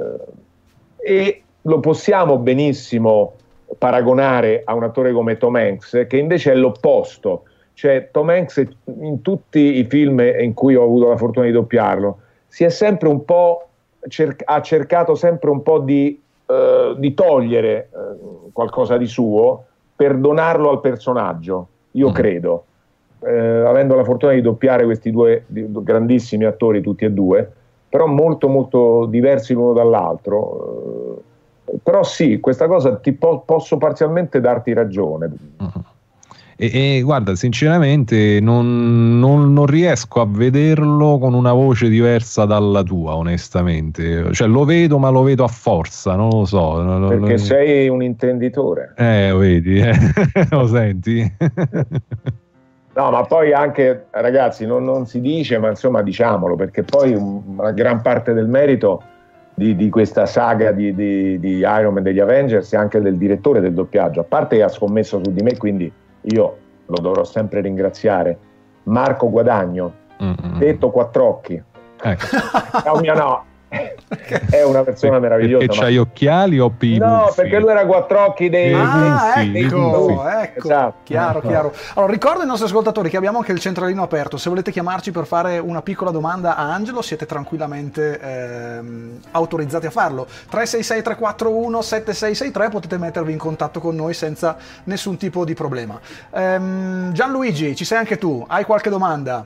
e lo possiamo benissimo paragonare a un attore come Tom Hanks, che invece è l'opposto. Cioè Tom Hanks in tutti i film in cui ho avuto la fortuna di doppiarlo si è sempre un po' cer- ha cercato sempre un po' di, uh, di togliere uh, qualcosa di suo per donarlo al personaggio, io mm. credo, uh, avendo la fortuna di doppiare questi due di, grandissimi attori tutti e due, però molto molto diversi l'uno dall'altro, uh, però sì, questa cosa ti po- posso parzialmente darti ragione. Mm. E, e guarda, sinceramente non, non, non riesco a vederlo con una voce diversa dalla tua, onestamente. Cioè lo vedo, ma lo vedo a forza, non lo so. Perché lo... sei un intenditore. Eh, vedi, eh. Lo senti? No, ma poi anche, ragazzi, non, non si dice, ma insomma diciamolo, perché poi una gran parte del merito di, di questa saga di, di, di Iron Man, degli Avengers, è anche del direttore del doppiaggio, a parte che ha scommesso su di me, quindi io lo dovrò sempre ringraziare, Marco Guadagno, mm-hmm. detto Quattrocchi. Ecco. No, mia no. È una persona meravigliosa. Perché c'ha gli occhiali o più? No, perché lui era Quattrocchi dei... Ah, dei ecco, ecco. Esatto. Chiaro, chiaro. Allora, ricordo ai nostri ascoltatori che abbiamo anche il centralino aperto. Se volete chiamarci per fare una piccola domanda a Angelo, siete tranquillamente ehm, autorizzati a farlo. tre sei sei tre quattro uno sette sei sei tre, potete mettervi in contatto con noi senza nessun tipo di problema. Ehm, Gianluigi, ci sei anche tu? Hai qualche domanda?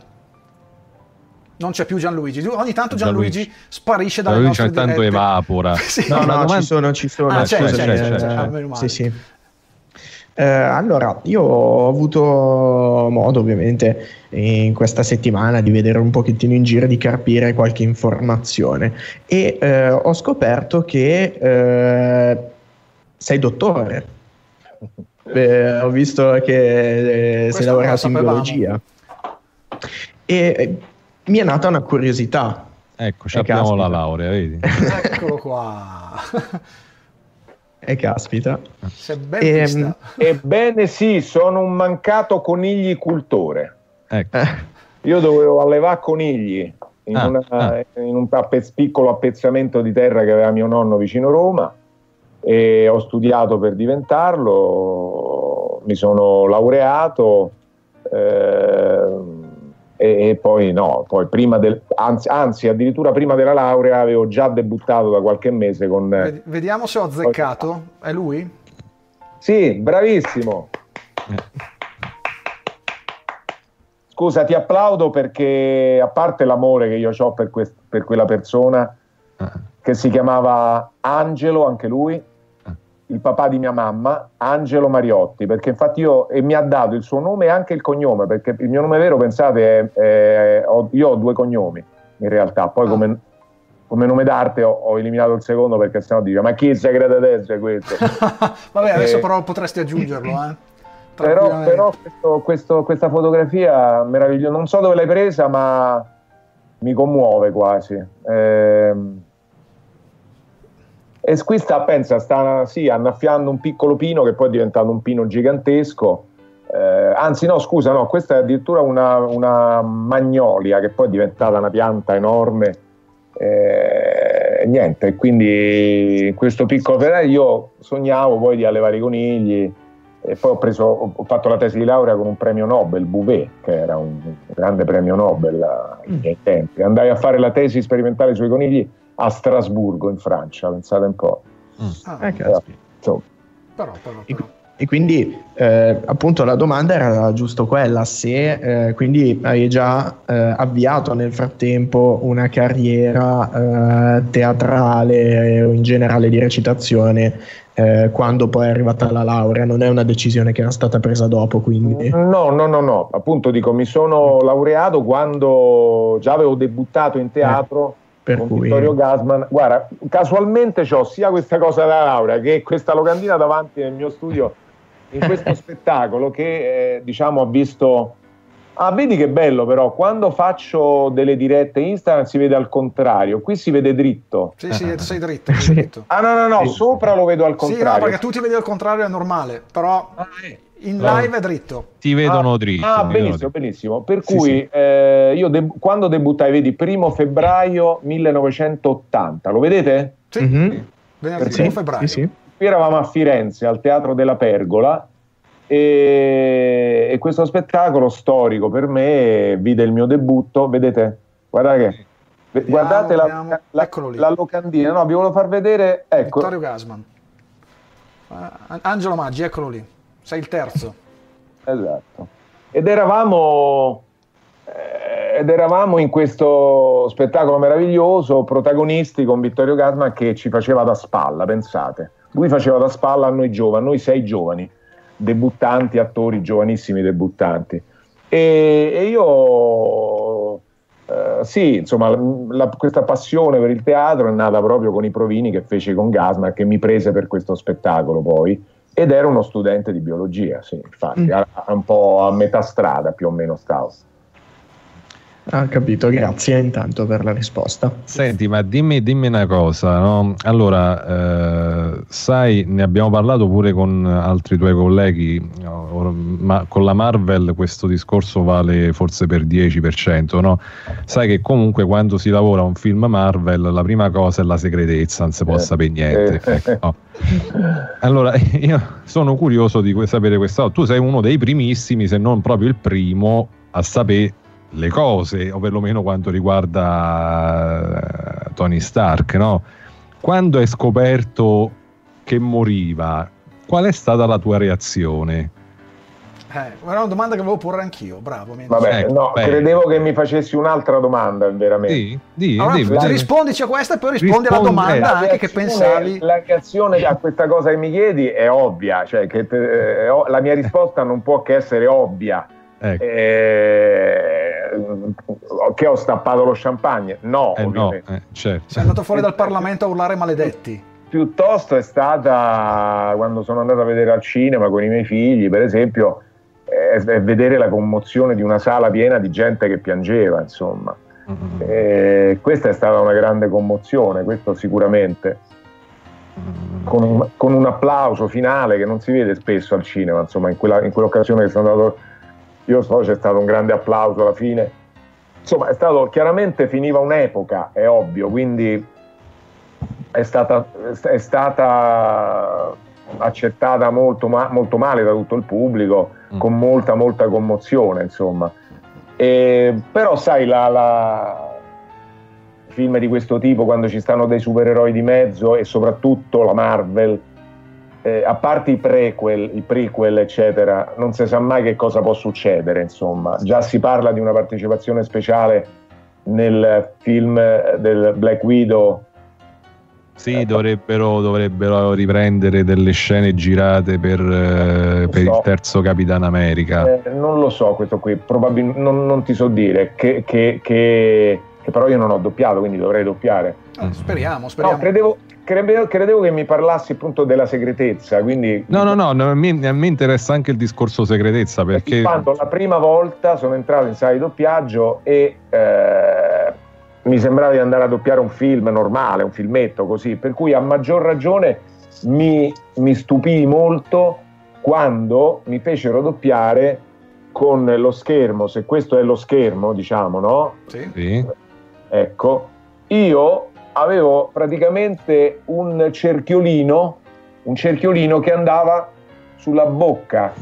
Non c'è più Gianluigi, ogni tanto Gianluigi, Gianluigi. sparisce dalle Gianluigi nostre tanto dirette. evapora. Sì. No, no, domanda... ci sono, ci sono. Ah, c'è, Scusa, c'è, c'è, c'è, c'è, c'è. c'è. Sì, sì. Eh, allora, io ho avuto modo ovviamente in questa settimana di vedere un pochettino in giro, di capire qualche informazione e eh, ho scoperto che eh, sei dottore. Eh, ho visto che eh, sei lavorato in biologia e mi è nata una curiosità. Ecco, abbiamo la laurea, vedi? Eccolo qua. E caspita. Si è ben e, vista. Ebbene sì, sono un mancato coniglicultore. Ecco. Io dovevo allevare conigli in, ah, una, ah. in un appe- piccolo appezzamento di terra che aveva mio nonno vicino Roma, e ho studiato per diventarlo, mi sono laureato, eh, e, e poi no, poi prima del, anzi, anzi addirittura prima della laurea avevo già debuttato da qualche mese con... Vediamo se ho azzeccato, è lui? Sì, bravissimo. Scusa, ti applaudo perché, a parte l'amore che io ho per, quest- per quella persona, che si chiamava Angelo, anche lui, il papà di mia mamma, Angelo Mariotti, perché infatti io, e mi ha dato il suo nome e anche il cognome, perché il mio nome vero, pensate, è, è, ho, io ho due cognomi in realtà, poi come, come nome d'arte ho, ho eliminato il secondo perché sennò dice ma chi si crede adesso è questo? Vabbè, adesso Eh, però potresti aggiungerlo, eh. Però, Tranquillamente. però questo- questo- questa fotografia meravigliosa, non so dove l'hai presa, ma mi commuove quasi. Ehm, e qui sta, pensa, sta sì, annaffiando un piccolo pino che poi è diventato un pino gigantesco. Eh, anzi, no, scusa, no, questa è addirittura una, una magnolia che poi è diventata una pianta enorme. Eh, niente, quindi in questo piccolo ferraio io sognavo poi di allevare i conigli. E poi ho, preso, ho fatto la tesi di laurea con un premio Nobel, Bouvet, che era un grande premio Nobel ai miei tempi. Andai a fare la tesi sperimentale sui conigli a Strasburgo, in Francia, pensate un po'. Ah, Eh, caspita. Insomma, però, però, E, però. e quindi eh, appunto la domanda era giusto quella, se eh, quindi hai già eh, avviato nel frattempo una carriera eh, teatrale o in generale di recitazione eh, quando poi è arrivata la laurea, non è una decisione che era stata presa dopo, quindi no, no, no, no, appunto dico, mi sono laureato quando già avevo debuttato in teatro per con cui Vittorio Gassman. Guarda, casualmente ho sia questa cosa della laurea che questa locandina davanti nel mio studio in questo spettacolo che eh, diciamo ha visto. Ah, vedi che bello, però quando faccio delle dirette Instagram si vede al contrario, qui si vede dritto. Sì, sì, sei dritto, sei dritto. Ah no no no, sopra lo vedo al Sì, no, contrario. perché tu ti vedi al contrario è normale, però in live è dritto. Ti vedono Ah, dritto. Ah, ti vedono benissimo, dritto. benissimo. Per Sì, cui sì. eh, io deb- quando debuttai, vedi, primo febbraio millenovecentottanta, lo vedete? Sì, Mhm. venerdì Sì, primo febbraio. sì, sì. Qui eravamo a Firenze, al Teatro della Pergola, e, e questo spettacolo storico per me vide il mio debutto, vedete? Guardate che... ve- guardate la, vediamo. la- Eccolo lì. la locandina, no, vi volevo far vedere, ecco. Vittorio Gassman. Ah, Angelo Maggi, eccolo lì. Sei il terzo. Esatto. Ed eravamo, eh, ed eravamo in questo spettacolo meraviglioso, protagonisti con Vittorio Gassman che ci faceva da spalla, pensate. Lui faceva da spalla a noi giovani, a noi sei giovani, debuttanti, attori, giovanissimi debuttanti. E, e io, eh, sì, insomma, la- questa passione per il teatro è nata proprio con i provini che feci con Gassman, che mi prese per questo spettacolo poi. Ed era uno studente di biologia, sì, infatti, Mm. a- a un po' a metà strada più o meno stavo. Ah, capito, grazie intanto per la risposta. Senti, ma dimmi, dimmi una cosa, no? Allora, eh, sai, ne abbiamo parlato pure con altri tuoi colleghi, no? Or- ma con la Marvel questo discorso vale forse per dieci per cento, no? Sai che comunque quando si lavora a un film Marvel la prima cosa è la segretezza, non si può Eh, sapere niente. eh. Ecco, no. Allora, io sono curioso di que- sapere questa. Tu sei uno dei primissimi, se non proprio il primo, a sapere le cose, o perlomeno quanto riguarda eh, Tony Stark, no? Quando hai scoperto che moriva, qual è stata la tua reazione? Eh, era una domanda che volevo porre anch'io, bravo. mi- Vabbè, Ecco, no, beh. credevo che mi facessi un'altra domanda, veramente. Sì, di, Allora, di- di- rispondici a questa e poi rispondi alla Rispondi, domanda eh. anche che pensavi. La reazione a questa cosa che mi chiedi è ovvia, cioè che te- eh, o- la mia risposta non può che essere ovvia. ecco. Eh, che ho stappato lo champagne? No, Eh, no, ovviamente. eh, certo. Sei andato fuori dal Parlamento a urlare maledetti. Piuttosto è stata quando sono andato a vedere al cinema con i miei figli, per esempio, eh, è vedere la commozione di una sala piena di gente che piangeva, insomma. Mm-hmm. Eh, questa è stata una grande commozione, questo sicuramente. Con un, con un applauso finale che non si vede spesso al cinema, insomma, in, quella, in quell'occasione che sono andato io so, c'è stato un grande applauso alla fine. Insomma, è stato chiaramente finiva un'epoca, è ovvio, quindi è stata, è stata accettata molto, ma, molto male da tutto il pubblico, Mm. con molta molta commozione, insomma. E, però sai, la, la film di questo tipo, quando ci stanno dei supereroi di mezzo e soprattutto la Marvel, eh, a parte i prequel, i prequel eccetera, non si sa mai che cosa può succedere, insomma. Già si parla di una partecipazione speciale nel film del Black Widow. Sì, dovrebbero, dovrebbero riprendere delle scene girate per, eh, per il terzo Capitan America. Eh, non lo so questo qui, probabilmente non, non ti so dire che, che, che, che però io non ho doppiato, quindi dovrei doppiare. Eh, speriamo, speriamo. No, credevo, credevo, credevo che mi parlassi appunto della segretezza, quindi... No, no, no, no a, me, a me interessa anche il discorso segretezza, perché... Quando la prima volta sono entrato in sala di doppiaggio e eh, mi sembrava di andare a doppiare un film normale, un filmetto così, per cui a maggior ragione mi, mi stupii molto quando mi fecero doppiare con lo schermo, se questo è lo schermo, diciamo, no? Sì. Sì. Ecco, io avevo praticamente un cerchiolino, un cerchiolino che andava sulla bocca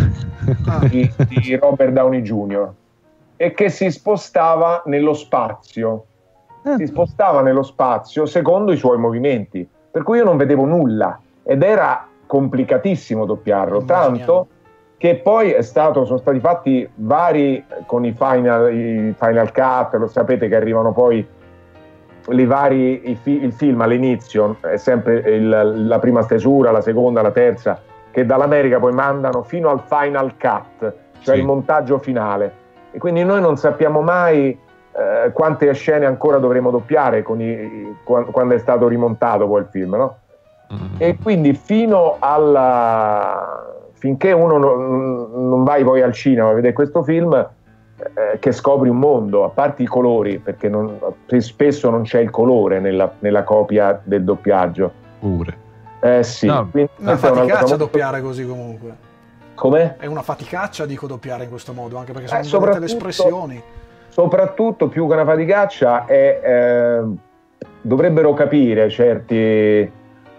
di, di Robert Downey junior e che si spostava nello spazio, si spostava nello spazio secondo i suoi movimenti, per cui io non vedevo nulla ed era complicatissimo doppiarlo, tanto che poi è stato, sono stati fatti vari con i final, i final cut, lo sapete che arrivano poi i vari, i fi, il film all'inizio è sempre il, la prima stesura, la seconda, la terza, che dall'America poi mandano fino al final cut, cioè sì. il montaggio finale, e quindi noi non sappiamo mai eh, quante scene ancora dovremo doppiare con i, quando è stato rimontato poi il film, no? Mm. E quindi fino alla finché uno non, non vai poi al cinema a vedere questo film, eh, che scopri un mondo, a parte i colori, perché non, spesso non c'è il colore nella, nella copia del doppiaggio. Pure. Eh sì. No, quindi una faticaccia molto... doppiare così comunque. Come? È una faticaccia, dico, doppiare in questo modo, anche perché sono eh, soprattutto le espressioni. Soprattutto, più che una faticaccia, è, eh, dovrebbero capire certi...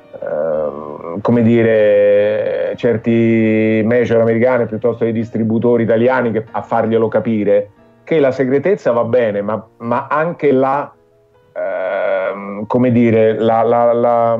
Uh, come dire, certi major americani piuttosto che distributori italiani che, a farglielo capire che la segretezza va bene, ma, ma anche la uh, come dire la la la,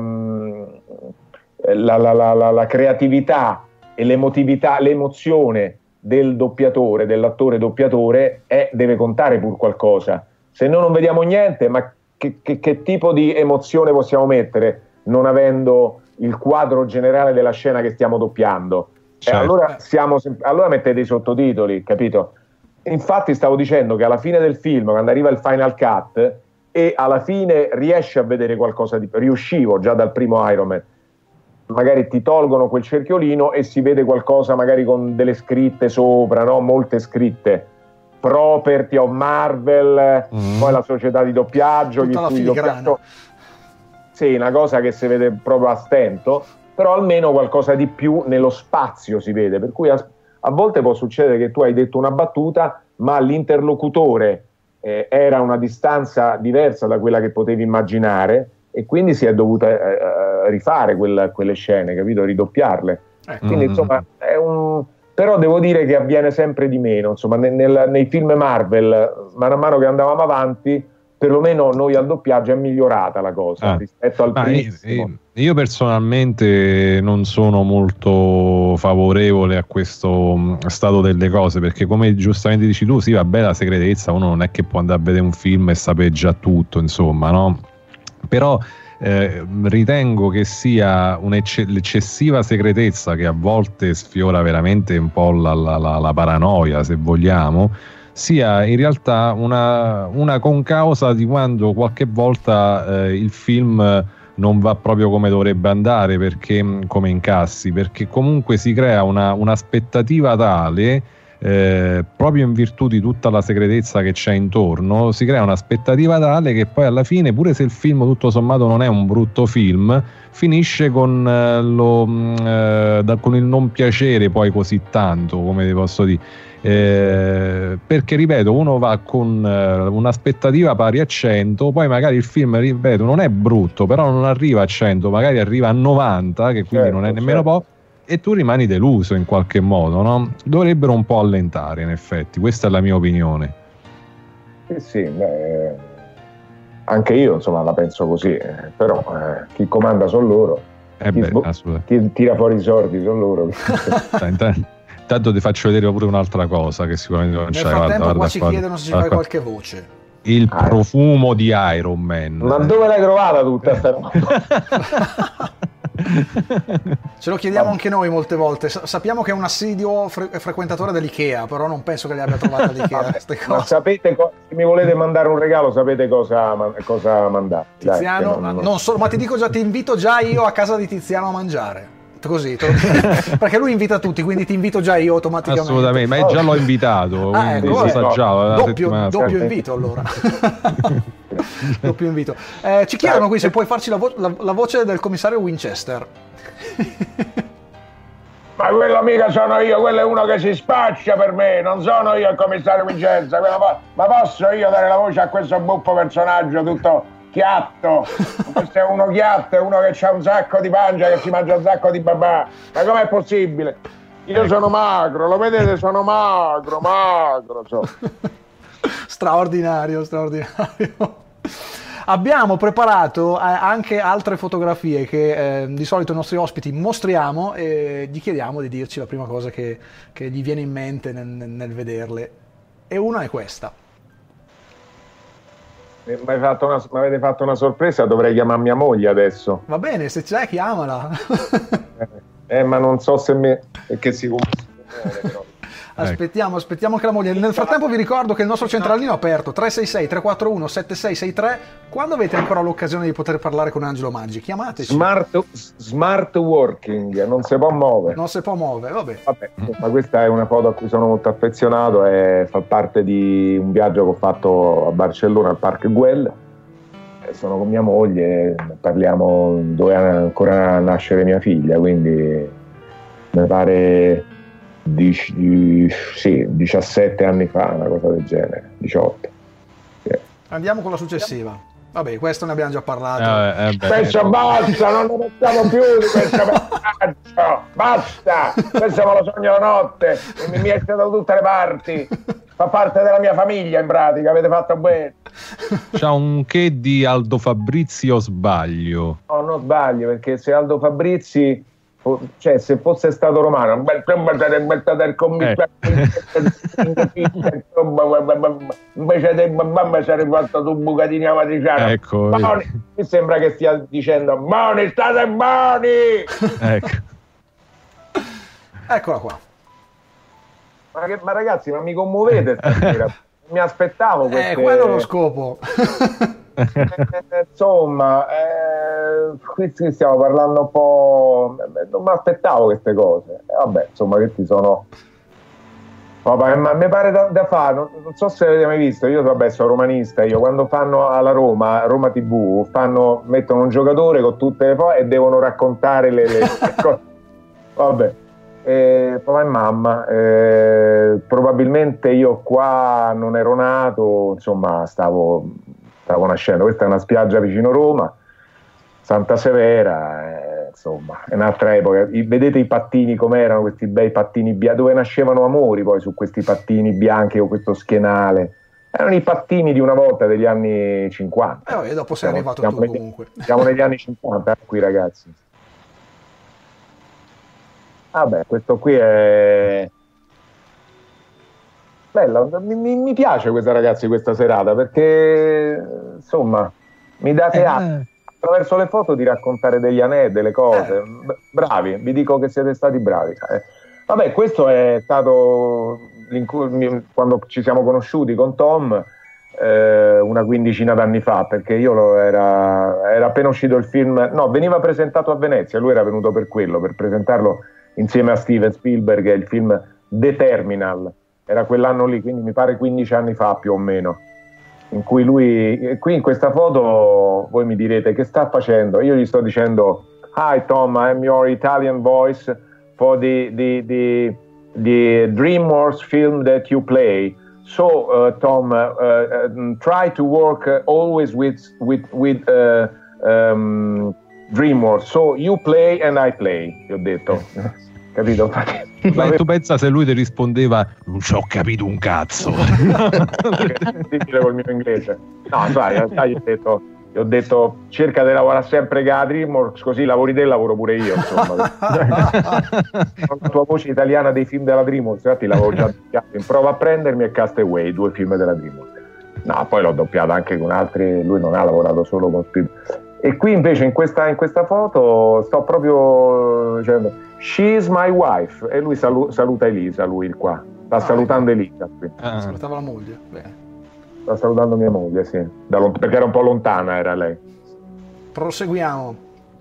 la, la, la, la, la creatività e l'emotività, l'emozione del doppiatore, dell'attore doppiatore è, deve contare pur qualcosa. Se noi non vediamo niente, ma che, che, che tipo di emozione possiamo mettere non avendo il quadro generale della scena che stiamo doppiando? Certo. Eh, allora, siamo, allora mettete i sottotitoli, capito? Infatti stavo dicendo che alla fine del film, quando arriva il final cut e alla fine riesci a vedere qualcosa di... riuscivo già dal primo Iron Man, magari ti tolgono quel cerchiolino e si vede qualcosa magari con delle scritte sopra, no? Molte scritte, Property of Marvel, mm. poi la società di doppiaggio, tutta gli la studi filigrana. doppiaggio. Sì, una cosa che si vede proprio a stento, però almeno qualcosa di più nello spazio si vede, per cui a, a volte può succedere che tu hai detto una battuta, ma l'interlocutore eh, era a una distanza diversa da quella che potevi immaginare e quindi si è dovuta eh, rifare quella, quelle scene, capito? Ridoppiarle. Ecco. Quindi insomma è un... Però devo dire che avviene sempre di meno, insomma nel, nel, nei film Marvel, mano a mano che andavamo avanti, perlomeno noi al doppiaggio è migliorata la cosa ah. rispetto al primissimo. Io, io personalmente non sono molto favorevole a questo stato delle cose, perché come giustamente dici tu, sì, vabbè, la segretezza, uno non è che può andare a vedere un film e sapere già tutto, insomma, no? Però eh, ritengo che sia un'eccessiva segretezza che a volte sfiora veramente un po' la, la, la, la paranoia, se vogliamo, sia in realtà una, una concausa di quando qualche volta eh, il film non va proprio come dovrebbe andare, perché come incassi, perché comunque si crea una, un'aspettativa tale, eh, proprio in virtù di tutta la segretezza che c'è intorno, si crea un'aspettativa tale che poi alla fine, pure se il film tutto sommato non è un brutto film, finisce con, eh, lo, eh, da, con il non piacere poi così tanto, come vi posso dire. Eh, perché ripeto, uno va con eh, un'aspettativa pari a cento, poi magari il film, ripeto, non è brutto, però non arriva a cento, magari arriva a novanta, che quindi certo, non è nemmeno certo. po', e tu rimani deluso in qualche modo, no? Dovrebbero un po' allentare, in effetti, questa è la mia opinione. Sì, sì, beh, anche io insomma la penso così, eh, però eh, chi comanda sono loro, eh chi, beh, sbo- chi tira fuori i soldi sono loro. Intanto ti faccio vedere pure un'altra cosa che sicuramente non c'è. Nel frattempo guarda, qua ci guarda, chiedono se ci guarda, fai qualche voce. Il ah, profumo di Iron Man. Ma dove l'hai trovata tutta sta roba? Ce lo chiediamo anche noi molte volte. S- sappiamo che è un assiduo fre- frequentatore dell'Ikea, però non penso che le abbia trovate all'Ikea queste Ma cose. sapete co- se mi volete mandare un regalo, sapete cosa, ma- cosa mandare. Dai, Tiziano, che non- non solo, ma ti dico già, ti invito già io a casa di Tiziano a mangiare. Così, te lo dico. Perché lui invita tutti, quindi ti invito già io automaticamente. Assolutamente, ma già l'ho invitato, Ah, quindi ecco, lo vabbè. sa già. la doppio, settimana doppio scorsa. invito allora. Doppio invito. Eh, ci chiedono qui se puoi farci la, vo- la- la voce del commissario Winchester. Ma quello mica sono io, quello è uno che si spaccia per me, non sono io il commissario Vincenza. Quello po- ma posso io dare la voce a questo buffo personaggio tutto chiatto? Questo è uno chiatto, è uno che ha un sacco di pancia, che si mangia un sacco di babà. Ma com'è possibile? Io sono magro, lo vedete, sono magro, magro. So. Straordinario, straordinario. Abbiamo preparato eh, anche altre fotografie che eh, di solito i nostri ospiti mostriamo e gli chiediamo di dirci la prima cosa che, che gli viene in mente nel, nel vederle. E una è questa. Mi avete fatto una, mi avete fatto una sorpresa, dovrei chiamare mia moglie adesso. Va bene, se c'è, chiamala. Eh, ma non so se mi... perché si però. Aspettiamo, aspettiamo che la moglie. Nel frattempo vi ricordo che il nostro centralino è aperto tre sei sei tre quattro uno sette sei sei tre. Quando avete ancora l'occasione di poter parlare con Angelo Maggi, chiamateci. Smart, smart working, non si può muovere. Non si può muovere, vabbè. Vabbè, ma questa è una foto a cui sono molto affezionato e fa parte di un viaggio che ho fatto a Barcellona al Park Güell. E sono con mia moglie, parliamo dove ancora nascere mia figlia, quindi mi pare di, sì, diciassette anni fa, una cosa del genere, diciotto. Yeah. Andiamo con la successiva. Vabbè, questo ne abbiamo già parlato. Eh, eh, beh, Questo basta, non ne facciamo più di questo personaggio, basta, questo me lo sogno la notte, e mi, mi esce da tutte le parti, fa parte della mia famiglia in pratica, avete fatto bene. c'ha un che di Aldo Fabrizi o sbaglio? No, non sbaglio, perché se Aldo Fabrizi, cioè se fosse stato romano, un bel del commissario, invece del babà sarebbe fatto tu bucatini a matriciana. Ecco, Boni, mi sembra che stia dicendo buoni, state buoni. Ecco. Eccola qua. Ma, che, ma ragazzi, ma mi commuovete stasera? Mi aspettavo queste... Eh, quello è lo scopo. Eh, insomma, eh, qui stiamo parlando un po'. Non mi aspettavo queste cose. Eh, vabbè, insomma, questi sono. Vabbè, ma mi pare da, da fare. Non, non so se avete mai visto. Io, vabbè, sono romanista. Io quando fanno alla Roma, Roma tivù, fanno, mettono un giocatore con tutte le foto e devono raccontare le, le, le cose. Vabbè. Eh, papà e mamma, eh, probabilmente io qua non ero nato, insomma, stavo. Stavo nascendo, questa è una spiaggia vicino Roma, Santa Severa, eh, insomma, è un'altra epoca. I, vedete i pattini com'erano, questi bei pattini bianchi, dove nascevano amori poi su questi pattini bianchi con questo schienale. Erano i pattini di una volta degli anni cinquanta. E eh, dopo sei siamo, arrivato siamo tu negli, comunque. Siamo negli anni cinquanta qui, ragazzi. Vabbè, questo qui è... Bella, mi, mi piace questa ragazzi questa serata perché insomma mi date atto attraverso le foto di raccontare degli aneddoti, delle cose. Eh. Bravi, vi dico che siete stati bravi. Eh. Vabbè, questo è stato quando ci siamo conosciuti con Tom eh, una quindicina d'anni fa, perché io lo era, era appena uscito il film, no, veniva presentato a Venezia, lui era venuto per quello, per presentarlo insieme a Steven Spielberg, il film The Terminal. Era quell'anno lì, quindi mi pare quindici anni fa più o meno, in cui lui, qui in questa foto voi mi direte che sta facendo, io gli sto dicendo hi Tom, I'm your Italian voice for the, the, the, the DreamWorks film that you play, so uh, Tom uh, uh, try to work uh, always with, with, with uh, um, DreamWorks, so you play and I play, gli ho detto. Capito? Ma tu pensa se lui ti rispondeva non ci ho capito un cazzo. Difficile col mio inglese. No, sai, in realtà gli ho detto, gli ho detto cerca di lavorare sempre con la DreamWorks, così lavori te, lavoro pure io, insomma. Con la tua voce italiana dei film della DreamWorks, infatti l'avevo già doppiato in Prova a prendermi e Castaway, due film della DreamWorks. No, poi l'ho doppiato anche con altri, lui non ha lavorato solo con Spielberg. E qui invece in questa, in questa foto sto proprio dicendo she's my wife, e lui salu- saluta Elisa, lui qua sta ah, salutando Elisa qui. Ah. Salutava la moglie. Bene. Sta salutando mia moglie, sì, da lont- perché era un po' lontana, era lei. Proseguiamo.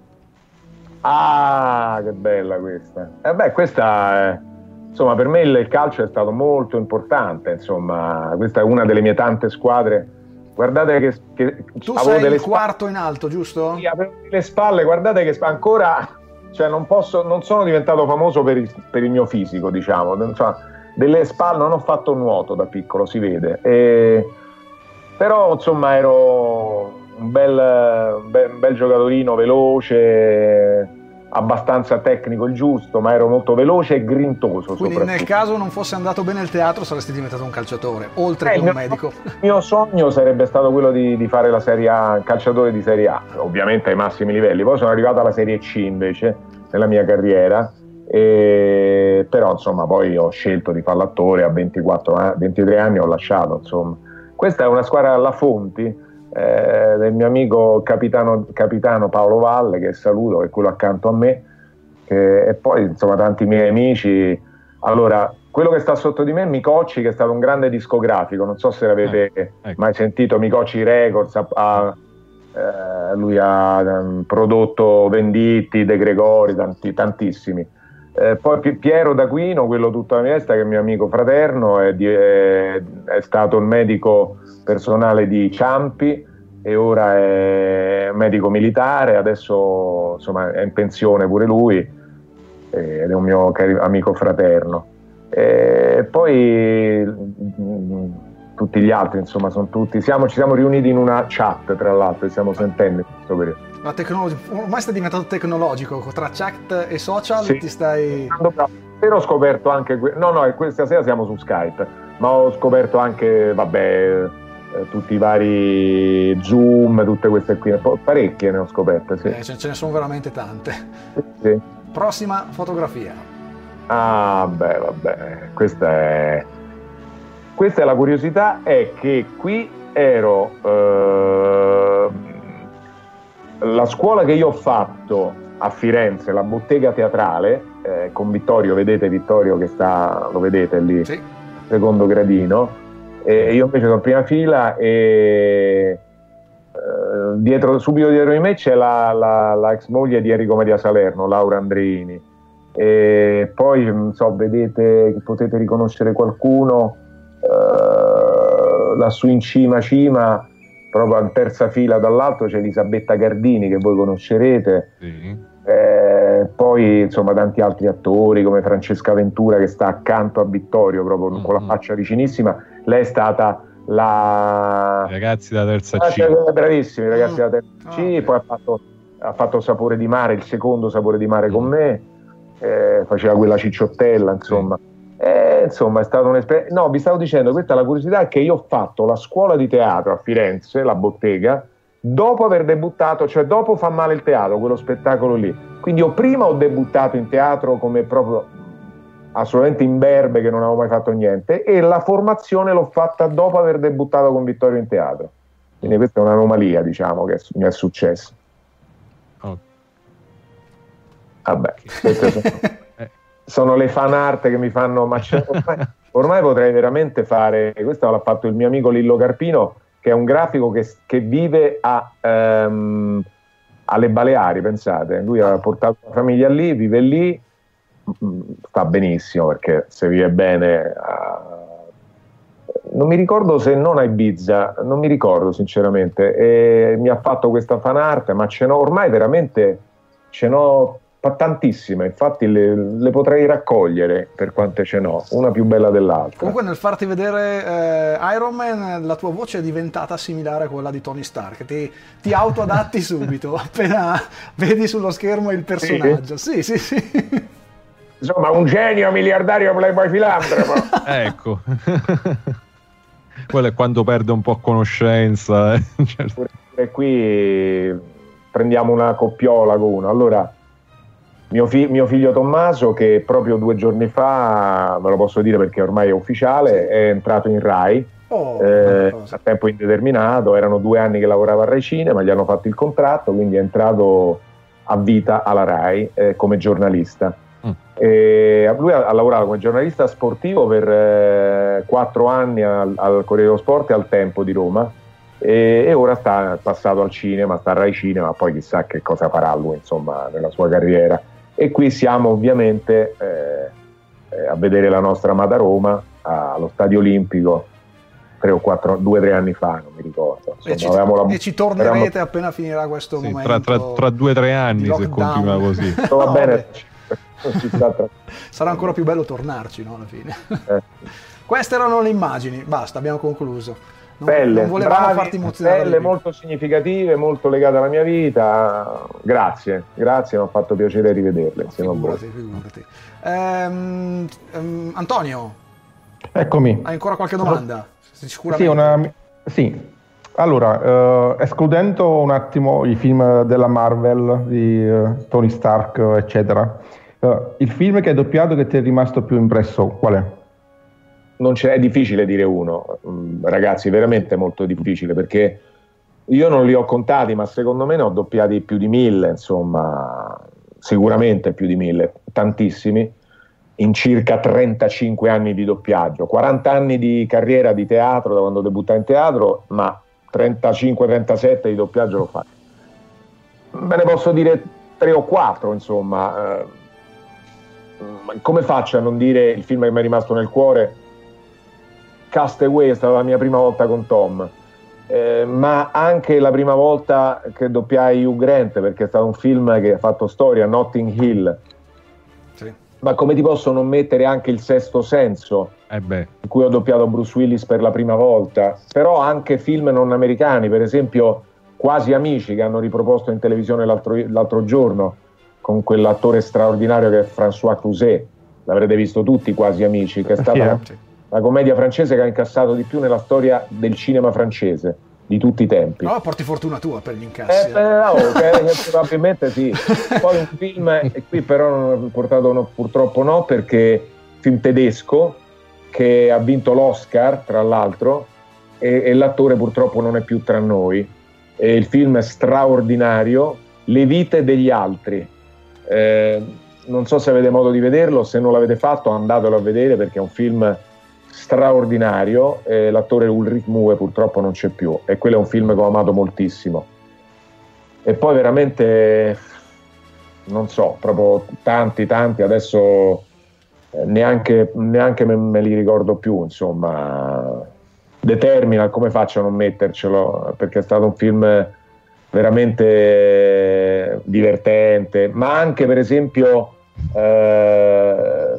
Ah, che bella questa. E eh beh, questa è, insomma, per me il calcio è stato molto importante, insomma, questa è una delle mie tante squadre. Guardate che, che tu sei delle il quarto spalle, in alto, giusto? Sì, avevo le spalle, guardate che ancora, cioè non posso, non sono diventato famoso per il, per il mio fisico, diciamo, cioè, delle spalle, non ho fatto nuoto da piccolo, si vede, e, però insomma ero un bel, un bel, un bel giocatorino, veloce, abbastanza tecnico il giusto, ma ero molto veloce e grintoso. Quindi nel caso non fosse andato bene il teatro saresti diventato un calciatore, oltre eh, che un mio, medico. Il mio sogno sarebbe stato quello di, di fare la Serie A, calciatore di Serie A, ovviamente ai massimi livelli. Poi sono arrivato alla Serie C invece nella mia carriera, e, però insomma poi ho scelto di fare l'attore a ventiquattro anni, ventitré anni ho lasciato, insomma. Questa è una squadra alla Fonti, Eh, del mio amico capitano, capitano Paolo Valle, che saluto, che è quello accanto a me, che, e poi insomma tanti miei amici. Allora, quello che sta sotto di me è Micocci, che è stato un grande discografico, non so se l'avete eh, ecco. mai sentito. Micocci Records, ha, ha, eh, lui ha um, prodotto Venditti, De Gregori, tanti, tantissimi. Eh, poi Piero D'Aquino, quello tutta la mia testa, che è mio amico fraterno, è, di, è, è stato il medico personale di Ciampi e ora è medico militare, adesso insomma è in pensione pure lui, ed è un mio caro amico fraterno. E poi tutti gli altri, insomma, sono tutti, siamo, ci siamo riuniti in una chat, tra l'altro, stiamo sentendo in questo periodo. La tecnologia, ormai stai diventato tecnologico, tra chat e social sì. ti stai... Però ho scoperto anche, no no, questa sera siamo su Skype, ma ho scoperto anche, vabbè, eh, tutti i vari Zoom, tutte queste qui, parecchie ne ho scoperte, sì. Eh, ce, ce ne sono veramente tante. Sì, sì. Prossima fotografia. Ah, beh, vabbè, questa è... Questa è la curiosità, è che qui ero... Eh, la scuola che io ho fatto a Firenze, la bottega teatrale, eh, con Vittorio, vedete Vittorio che sta, lo vedete lì, sì. Secondo gradino, e io invece sono in prima fila e eh, dietro, subito dietro di me c'è la, la, la ex moglie di Enrico Maria Salerno, Laura Andreini, e poi non so, vedete, potete riconoscere qualcuno eh, lassù in cima cima, proprio in terza fila dall'alto c'è Elisabetta Gardini, che voi conoscerete, sì. eh, poi insomma tanti altri attori come Francesca Ventura, che sta accanto a Vittorio proprio mm-hmm. con la faccia vicinissima. Lei è stata la... I ragazzi da terza C, ah, bravissimi, i ragazzi mm. da terza C, okay. Poi ha fatto, ha fatto Sapore di Mare, il secondo Sapore di Mare mm. con me, eh, faceva quella cicciottella, insomma. Sì. Eh, insomma è stata un'esperienza. No, vi stavo dicendo, questa è la curiosità, che io ho fatto la scuola di teatro a Firenze, la bottega, dopo aver debuttato, cioè dopo Fa male il teatro, quello spettacolo lì. Quindi io prima ho debuttato in teatro come proprio assolutamente imberbe, che non avevo mai fatto niente, e la formazione l'ho fatta dopo aver debuttato con Vittorio in teatro. Quindi questa è un'anomalia, diciamo, che mi è successo. Oh. Vabbè, queste sono... sono le fan art che mi fanno, ma ormai, ormai potrei veramente fare, questo l'ha fatto il mio amico Lillo Carpino, che è un grafico che, che vive a, um, alle Baleari, pensate, lui ha portato la famiglia lì, vive lì, sta benissimo perché se vive bene, uh, non mi ricordo se non a Ibiza, non mi ricordo sinceramente, e mi ha fatto questa fan art, ma ce n'ho ormai veramente, ce n'ho tantissime, infatti le, le potrei raccogliere per quante ce n'ho, una più bella dell'altra. Comunque nel farti vedere eh, Iron Man, la tua voce è diventata similare a quella di Tony Stark, ti, ti autoadatti subito appena vedi sullo schermo il personaggio. Sì, sì, sì, sì. Insomma, un genio miliardario playboy filantropo. Ecco. Quello è quando perde un po' conoscenza. Eh. Certo. E qui prendiamo una coppiola con uno. Allora, Mio, fi- mio figlio Tommaso, che proprio due giorni fa, ve lo posso dire perché ormai è ufficiale, è entrato in Rai Oh, eh, a tempo indeterminato. Erano due anni che lavorava a Rai Cinema, gli hanno fatto il contratto, quindi è entrato a vita alla Rai eh, come giornalista. Mm. E lui ha, ha lavorato come giornalista sportivo per eh, quattro anni al, al Corriere dello Sport e al Tempo di Roma, e, e ora sta passato al cinema, sta a Rai Cinema, poi chissà che cosa farà lui, insomma, nella sua carriera. E qui siamo ovviamente eh, eh, a vedere la nostra amata Roma allo Stadio Olimpico tre o quattro, due o tre anni fa, non mi ricordo. Insomma, e, ci, la, e ci tornerete eravamo... appena finirà questo sì, momento. Tra, tra, tra due o tre anni, se continua così. Va no, bene. Tra... Sarà ancora più bello tornarci, no? Alla fine. Eh. Queste erano le immagini, basta, abbiamo concluso. Non, belle, non volevamo bravi, farti emozionare. Belle, molto significative, molto legate alla mia vita. Grazie, grazie, mi ha fatto piacere rivederle. No, figurati, figurati. Ehm, ehm, Antonio, eccomi. Hai ancora qualche domanda? Sicuramente. Sì, una, sì. Allora, eh, escludendo un attimo i film della Marvel, di eh, Tony Stark, eccetera, eh, il film che hai doppiato che ti è rimasto più impresso, qual è? Non c'è, è difficile dire uno, ragazzi, veramente molto difficile, perché io non li ho contati, ma secondo me ne ho doppiati più di mille, insomma, sicuramente più di mille, tantissimi, in circa trentacinque anni di doppiaggio, quaranta anni di carriera di teatro, da quando debuttai in teatro, ma trentacinque trentasette di doppiaggio l'ho fatto. Me ne posso dire tre o quattro, insomma. Eh, come faccio a non dire il film che mi è rimasto nel cuore? Castaway è stata la mia prima volta con Tom, eh, ma anche la prima volta che doppiai Hugh Grant, perché è stato un film che ha fatto storia, Notting Hill. Sì. Ma come ti posso non mettere anche Il Sesto Senso, eh beh. in cui ho doppiato Bruce Willis per la prima volta, però anche film non americani, per esempio Quasi Amici, che hanno riproposto in televisione l'altro, l'altro giorno, con quell'attore straordinario che è François Cluzet, l'avrete visto tutti, Quasi Amici, che è stata... Yeah. la commedia francese che ha incassato di più nella storia del cinema francese di tutti i tempi. No, porti fortuna tua per gli incassi. Eh, beh, oh, okay, probabilmente sì. Poi un film, e qui però non ho portato no, purtroppo no, perché film tedesco che ha vinto l'Oscar, tra l'altro, e, e l'attore purtroppo non è più tra noi. E il film è straordinario, Le vite degli altri. Eh, non so se avete modo di vederlo, se non l'avete fatto andatelo a vedere, perché è un film straordinario. Eh, l'attore Ulrich Muhe purtroppo non c'è più, e quello è un film che ho amato moltissimo. E poi veramente non so, proprio tanti tanti adesso eh, neanche, neanche me, me li ricordo più, insomma. The Terminal, come faccio a non mettercelo, perché è stato un film veramente divertente, ma anche per esempio eh,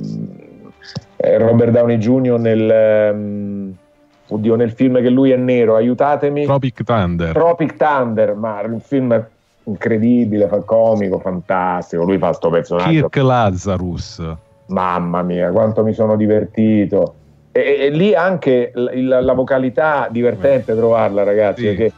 Robert Downey junior nel um, oddio, nel film che lui è nero, aiutatemi, Tropic Thunder. Tropic Thunder, ma un film incredibile, fa comico, fantastico, lui fa sto personaggio, Kirk Lazarus, mamma mia quanto mi sono divertito, e, e lì anche la, la vocalità divertente eh. trovarla, ragazzi, sì. Perché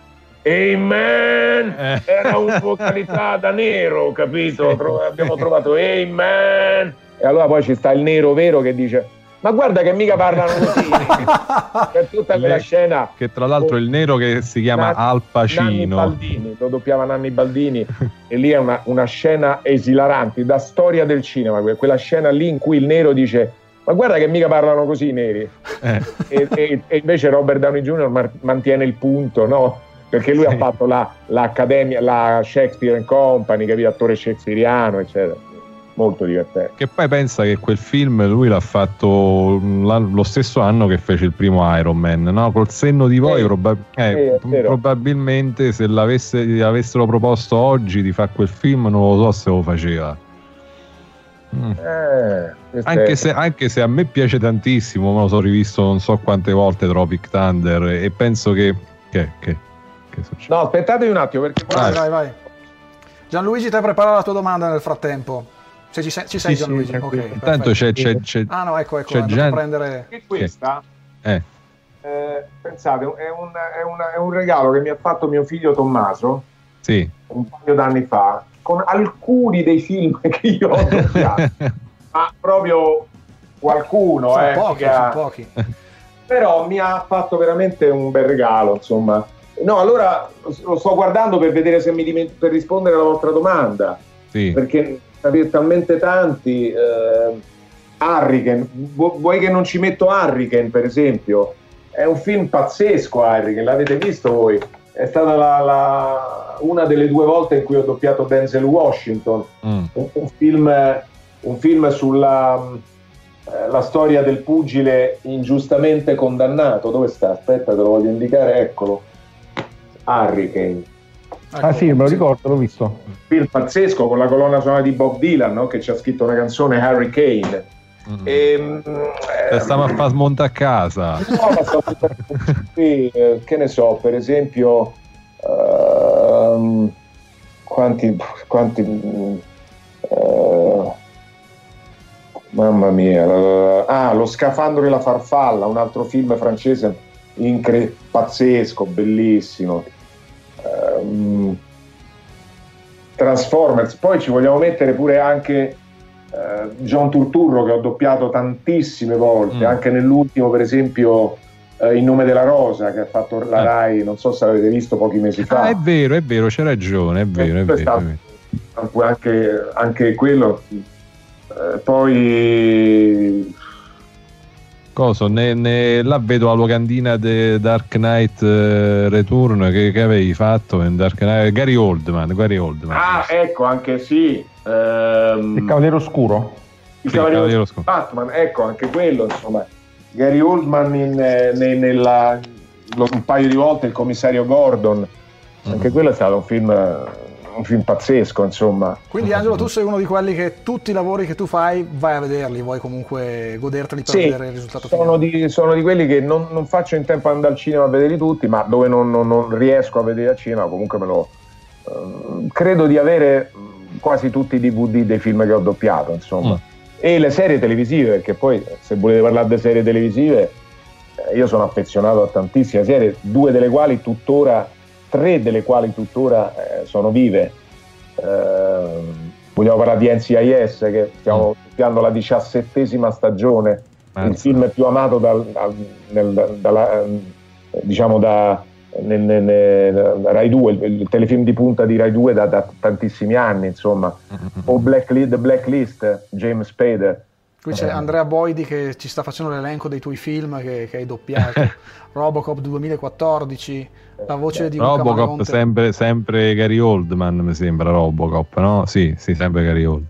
Amen eh. era una vocalità da nero, capito? Sì. Tro- abbiamo trovato Amen. E allora poi ci sta il nero vero che dice: ma guarda che mica parlano così. Per tutta quella scena, che tra l'altro è il nero che si chiama Nan- Al Pacino, Nanni Baldini, lo doppiava Nanni Baldini. E lì è una, una scena esilarante da storia del cinema, quella scena lì in cui il nero dice: ma guarda che mica parlano così i neri. eh. e, e, e invece Robert Downey junior mar- mantiene il punto, no? Perché lui sì. ha fatto la, l'accademia, la Shakespeare and Company, capito? Attore shakespeariano, eccetera. Molto divertente. Che poi pensa che quel film lui l'ha fatto lo stesso anno che fece il primo Iron Man, no? Col senno di poi, eh, proba- eh, eh, probabilmente se l'avesse, gli avessero proposto oggi di fare quel film, non lo so se lo faceva. Mm. Eh, anche, se, anche se a me piace tantissimo, me lo sono rivisto non so quante volte Tropic Thunder, e penso che che, che, che succede? No, aspettate un attimo, perché vai, vai, vai. Gianluigi, te prepara la tua domanda nel frattempo. Se ci sei, ci sei sì, Gianluigi, sì, ok. Intanto c'è, c'è, c'è ah no, ecco, ecco, c'è Gian... prendere. E questa eh. Eh, pensate, è un, è, una, è un regalo che mi ha fatto mio figlio Tommaso, sì, un paio d'anni fa, con alcuni dei film che io ho doppiato. Ma proprio qualcuno, sono eh, pochi, ha... sono pochi. però mi ha fatto veramente un bel regalo, insomma. No, allora lo sto guardando per vedere se mi diment- per rispondere alla vostra domanda, sì. Perché avete talmente tanti. eh, Hurricane, Vu- vuoi che non ci metto Hurricane, per esempio? È un film pazzesco, Hurricane, l'avete visto voi? È stata la, la, una delle due volte in cui ho doppiato Denzel Washington, Mm. un, un film, un film sulla eh, la storia del pugile ingiustamente condannato. Dove sta? Aspetta, te lo voglio indicare, eccolo. Hurricane. Ah sì, me lo ricordo, l'ho visto. Film pazzesco con la colonna sonora di Bob Dylan, no? Che ci ha scritto una canzone, Hurricane. Mm. E, Eh, stiamo a far smonta a casa. no, ma sto qui, eh, che ne so, per esempio, ehm, quanti, quanti eh, mamma mia, eh, ah, Lo scafandro e la farfalla, un altro film francese incre- pazzesco, bellissimo. Ehm, Transformers, poi ci vogliamo mettere pure anche eh, John Turturro, che ho doppiato tantissime volte, Mm. anche nell'ultimo, per esempio, eh, In nome della rosa, che ha fatto la Eh. Rai, non so se l'avete visto pochi mesi fa. Ah, è vero, è vero, c'è ragione, è vero, è Questo è vero. stato- anche, anche quello. Eh, poi Coso, ne, ne- là vedo la locandina di Dark Knight eh, Return che, che avevi fatto in Dark Knight, Gary Oldman, Gary Oldman. ah, ecco, anche sì, ehm, Il Cavaliere Oscuro. il Sì, Cavaliere Cavaliere Oscuro, Batman, ecco, anche quello, insomma. Gary Oldman in, eh, ne- nella, lo- un paio di volte il commissario Gordon, anche Mm. quello è stato un film, eh, un film pazzesco, insomma. Quindi Angelo, tu sei uno di quelli che tutti i lavori che tu fai vai a vederli, vuoi comunque goderteli per Sì, vedere il risultato sono finale. di, sono di quelli che non, non faccio in tempo ad andare al cinema a vederli tutti, ma dove non, non- non riesco a vedere al cinema comunque me lo ehm, credo di avere mm, quasi tutti i D V D dei film che ho doppiato, insomma. Mm. E le serie televisive, perché poi se volete parlare di serie televisive, eh, io sono affezionato a tantissime serie, due delle quali tuttora, tre delle quali tuttora eh, sono vive. Ehm, vogliamo parlare di N C I S, che stiamo doppiando la diciassettesima stagione, Mazza. il film più amato dal, dal- nel- dalla, diciamo da nel, nel- nel- Rai due, il, il telefilm di punta di Rai due da, da tantissimi anni, insomma. O Blacklist, The Blacklist, James Spader. Qui c'è Andrea Boidi che ci sta facendo l'elenco dei tuoi film che, che hai doppiato. Robocop duemilaquattordici, La voce di Luca Robocop Maragonte. sempre, sempre Gary Oldman, mi sembra Robocop, no? Sì, sì, sempre Gary Oldman.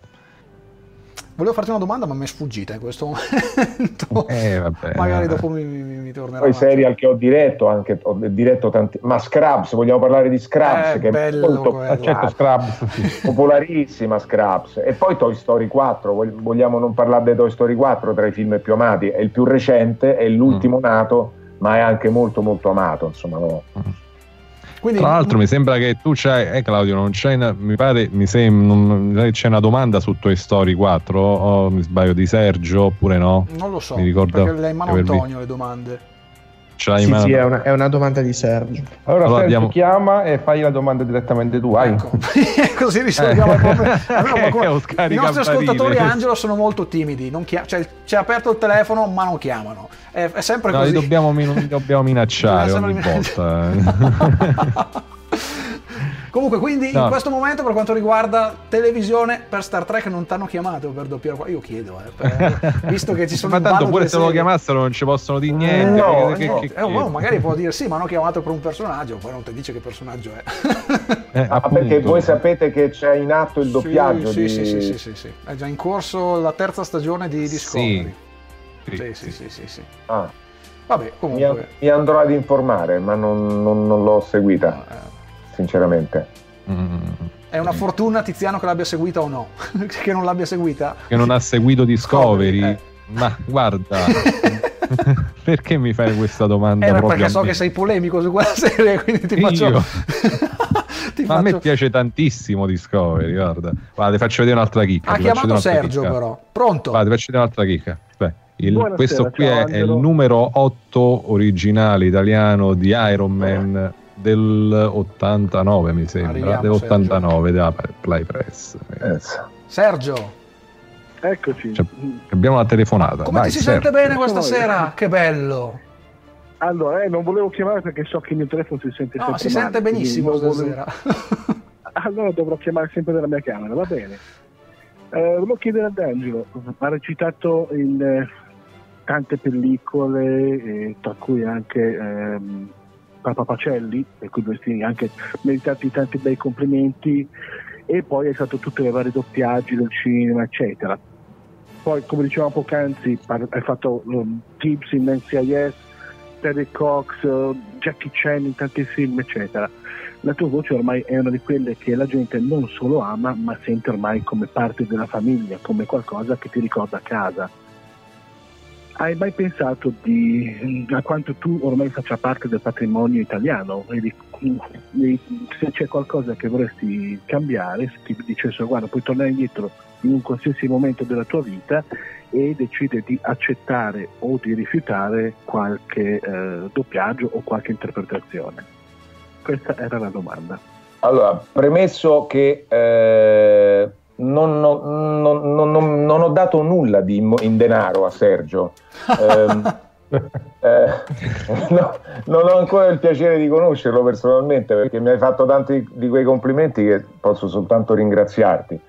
Volevo farti una domanda ma mi è sfuggita in questo momento. Eh, vabbè. Magari dopo mi, mi, mi tornerà. Poi avanti. serial che ho diretto, anche ho diretto tanti, ma Scrubs, vogliamo parlare di Scrubs, Eh, che bello è molto quello. Certo, Scrubs, sì. popolarissima Scrubs. E poi Toy Story quattro, vog- vogliamo non parlare di Toy Story quattro tra i film più amati, è il più recente, è l'ultimo nato, ma è anche molto molto amato, insomma. No? Quindi, Tra l'altro mi sembra che tu c'hai, eh Claudio, non c'hai una, mi pare, mi sembra, non- c'è una domanda su Toy Story quattro, o mi sbaglio, di Sergio oppure no? non lo so, mi ricordo perché le ha in mano di aver Antonio le domande. Ce l'hai Sì, in mano? sì, è una, è una domanda di Sergio. Allora, Allora, Sergio, diamo- chiama e fai la domanda direttamente tu, vai. Ecco, così risolviamo il problema. Allora, Che come- è un I scaricabarile. nostri ascoltatori, Angelo, sono molto timidi, non chia- cioè, c'è aperto il telefono ma non chiamano, è, è sempre No, così. li dobbiamo, min- li dobbiamo minacciare Bisogna ogni sempre volta. Comunque, quindi No. in questo momento, per quanto riguarda televisione, per Star Trek non ti hanno chiamato per doppiare qua. Io chiedo, eh, per- visto che ci sono Ma in tanto ballo pure due se lo serie. chiamassero non ci possono dire niente. No, perché- no. che- che- Eh, oh, magari può dire sì, ma hanno chiamato per un personaggio, poi non ti dice che personaggio è. eh, Ah, perché appunto. voi sapete che c'è in atto il doppiaggio sì, di... sì, sì, sì, sì, sì. È già in corso la terza stagione di Discovery. Sì, Sì, sì, sì, sì, sì, sì. Ah, Vabbè, mi, comunque. mi andrò ad informare, ma non, non- non l'ho seguita, eh, sinceramente. Mm. È una fortuna, Tiziano, che l'abbia seguita o no? Che non l'abbia seguita? Che non ha seguito Discovery. Eh. Ma guarda, perché mi fai questa domanda Era proprio perché a so me? che sei polemico su quella serie, quindi ti Io? faccio. ti Ma a me faccio- piace tantissimo Discovery, guarda. Guarda, ti faccio vedere un'altra chicca. Ha ti faccio chiamato vedere un'altra Sergio, chicca. però. Pronto? Guarda, ti faccio vedere un'altra chicca. Beh, il- Buonasera, questo qui ciao, è, è il Angelo. numero otto originale italiano di Iron Man del ottantanove, mi sembra. Arriviamo, Dell'ottantanove della Play Press. Eh, Sergio, Eccoci. Cioè, abbiamo la telefonata. come Vai, ti si Sergio. sente bene questa Sono io. sera? Che bello! Allora, eh, non volevo chiamare perché so che il mio telefono si sente No, sempre si male, sente benissimo quindi non stasera. volevo- Allora dovrò chiamare sempre dalla mia camera, va bene. Eh, volevo chiedere ad Angelo, ha recitato in eh, tante pellicole, eh, tra cui anche ehm, Papa Pacelli, per cui dovresti anche meritati tanti bei complimenti, e poi hai fatto tutti i vari doppiaggi del cinema, eccetera. Poi, come dicevamo poc'anzi, par- hai fatto um, Tips in N C I S, Terry Cox, uh, Jackie Chan in tanti film, eccetera. La tua voce ormai è una di quelle che la gente non solo ama, ma sente ormai come parte della famiglia, come qualcosa che ti ricorda casa. Hai mai pensato di a quanto tu ormai faccia parte del patrimonio italiano? E di, di, se c'è qualcosa che vorresti cambiare, se ti dicessero guarda, puoi tornare indietro in un qualsiasi momento della tua vita e decide di accettare o di rifiutare qualche eh, doppiaggio o qualche interpretazione. Questa era la domanda. Allora, premesso che eh, non, non, non, non, non ho dato nulla di in, in denaro a Sergio, eh, eh, no, non ho ancora il piacere di conoscerlo personalmente, perché mi hai fatto tanti di quei complimenti che posso soltanto ringraziarti.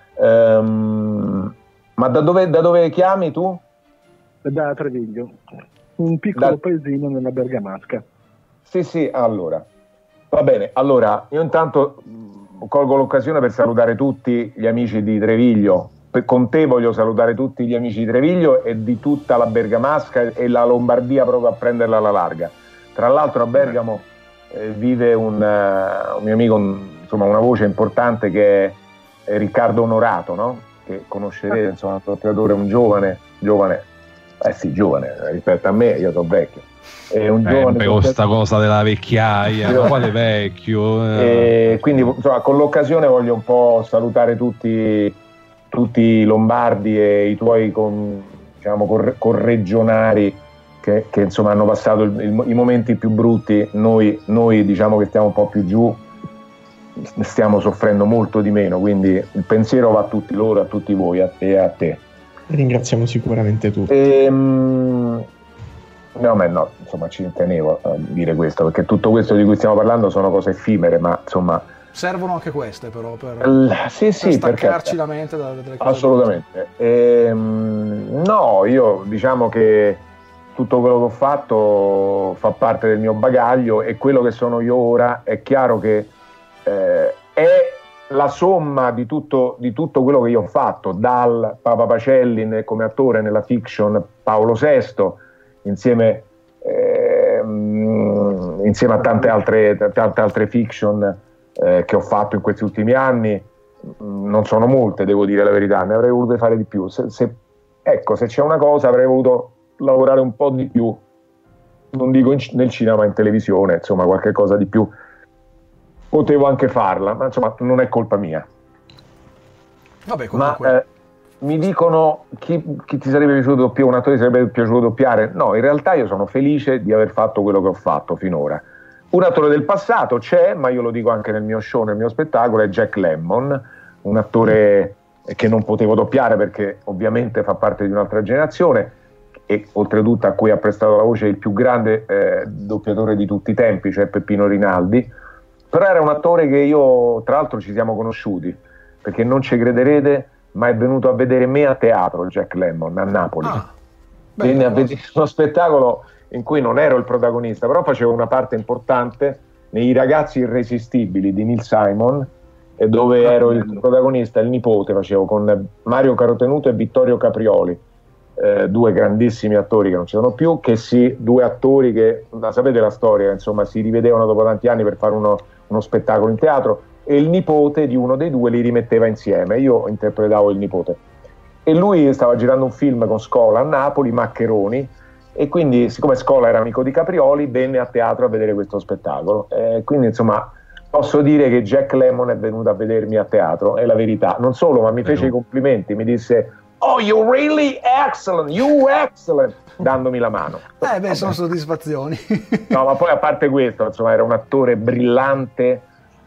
Um, ma da dove, da dove chiami tu? Da Treviglio, un piccolo Da... paesino nella Bergamasca. Sì, sì, allora. Va bene, allora io intanto mh, colgo l'occasione per salutare tutti gli amici di Treviglio. Per, con te voglio salutare tutti gli amici di Treviglio e di tutta la Bergamasca e la Lombardia proprio a prenderla alla larga. Tra l'altro a Bergamo eh, vive un, uh, un mio amico, un, insomma una voce importante che è, è Riccardo Onorato, no? Che conoscerete, insomma un doppiatore, un giovane, giovane, eh sì, giovane rispetto a me, io sono vecchio. È un giovane con questa cosa della vecchiaia, ma quale vecchio? E quindi insomma con l'occasione voglio un po' salutare tutti, tutti i lombardi e i tuoi con, diciamo, corre, corregionari che, che insomma hanno passato il, il, i momenti più brutti. Noi, noi diciamo che stiamo un po' più giù, stiamo soffrendo molto di meno, quindi il pensiero va a tutti loro, a tutti voi, a te e a te. Ringraziamo sicuramente tutti. Ehm, No, ma no, insomma ci tenevo a dire questo, perché tutto questo di cui stiamo parlando sono cose effimere, ma insomma servono anche queste però per, l- sì, sì, per staccarci perché... la mente da delle cose. Assolutamente. Ehm, no, io diciamo che tutto quello che ho fatto fa parte del mio bagaglio e quello che sono io ora è chiaro che eh, è la somma di tutto, di tutto quello che io ho fatto, dal Papa Pacelli come attore nella fiction Paolo sesto, insieme, eh, insieme a tante altre, tante altre fiction eh, che ho fatto in questi ultimi anni. Non sono molte, devo dire la verità, ne avrei voluto fare di più. Se, se, ecco, se c'è una cosa avrei voluto lavorare un po' di più, non dico in, nel cinema, ma in televisione, insomma qualche cosa di più potevo anche farla, ma insomma non è colpa mia. Vabbè, comunque... Ma, eh, mi dicono chi, chi ti sarebbe piaciuto doppiare, un attore ti sarebbe piaciuto doppiare? No, in realtà io sono felice di aver fatto quello che ho fatto finora. Un attore del passato c'è, ma io lo dico anche nel mio show, nel mio spettacolo, è Jack Lemmon, un attore che non potevo doppiare perché ovviamente fa parte di un'altra generazione e oltretutto a cui ha prestato la voce il più grande eh, doppiatore di tutti i tempi, cioè Peppino Rinaldi. Però era un attore che io, tra l'altro, ci siamo conosciuti, perché non ci crederete, ma è venuto a vedere me a teatro, Jack Lemmon, a Napoli. Ah, venne a vedere uno spettacolo in cui non ero il protagonista, però facevo una parte importante nei Ragazzi Irresistibili di Neil Simon, e dove ah, ero bello. il protagonista, il nipote, facevo con Mario Carotenuto e Vittorio Caprioli, eh, due grandissimi attori che non ci sono più, che sì, due attori che, la sapete la storia, insomma, si rivedevano dopo tanti anni per fare uno, uno spettacolo in teatro, e il nipote di uno dei due li rimetteva insieme. Io interpretavo il nipote e lui stava girando un film con Scola a Napoli, Maccheroni, e quindi siccome Scola era amico di Caprioli venne a teatro a vedere questo spettacolo, e quindi insomma posso dire che Jack Lemmon è venuto a vedermi a teatro, è la verità. Non solo, ma mi fece i complimenti, mi disse "Oh, you're really excellent, you excellent", dandomi la mano. Eh beh, sono soddisfazioni. No, ma poi a parte questo, insomma, era un attore brillante,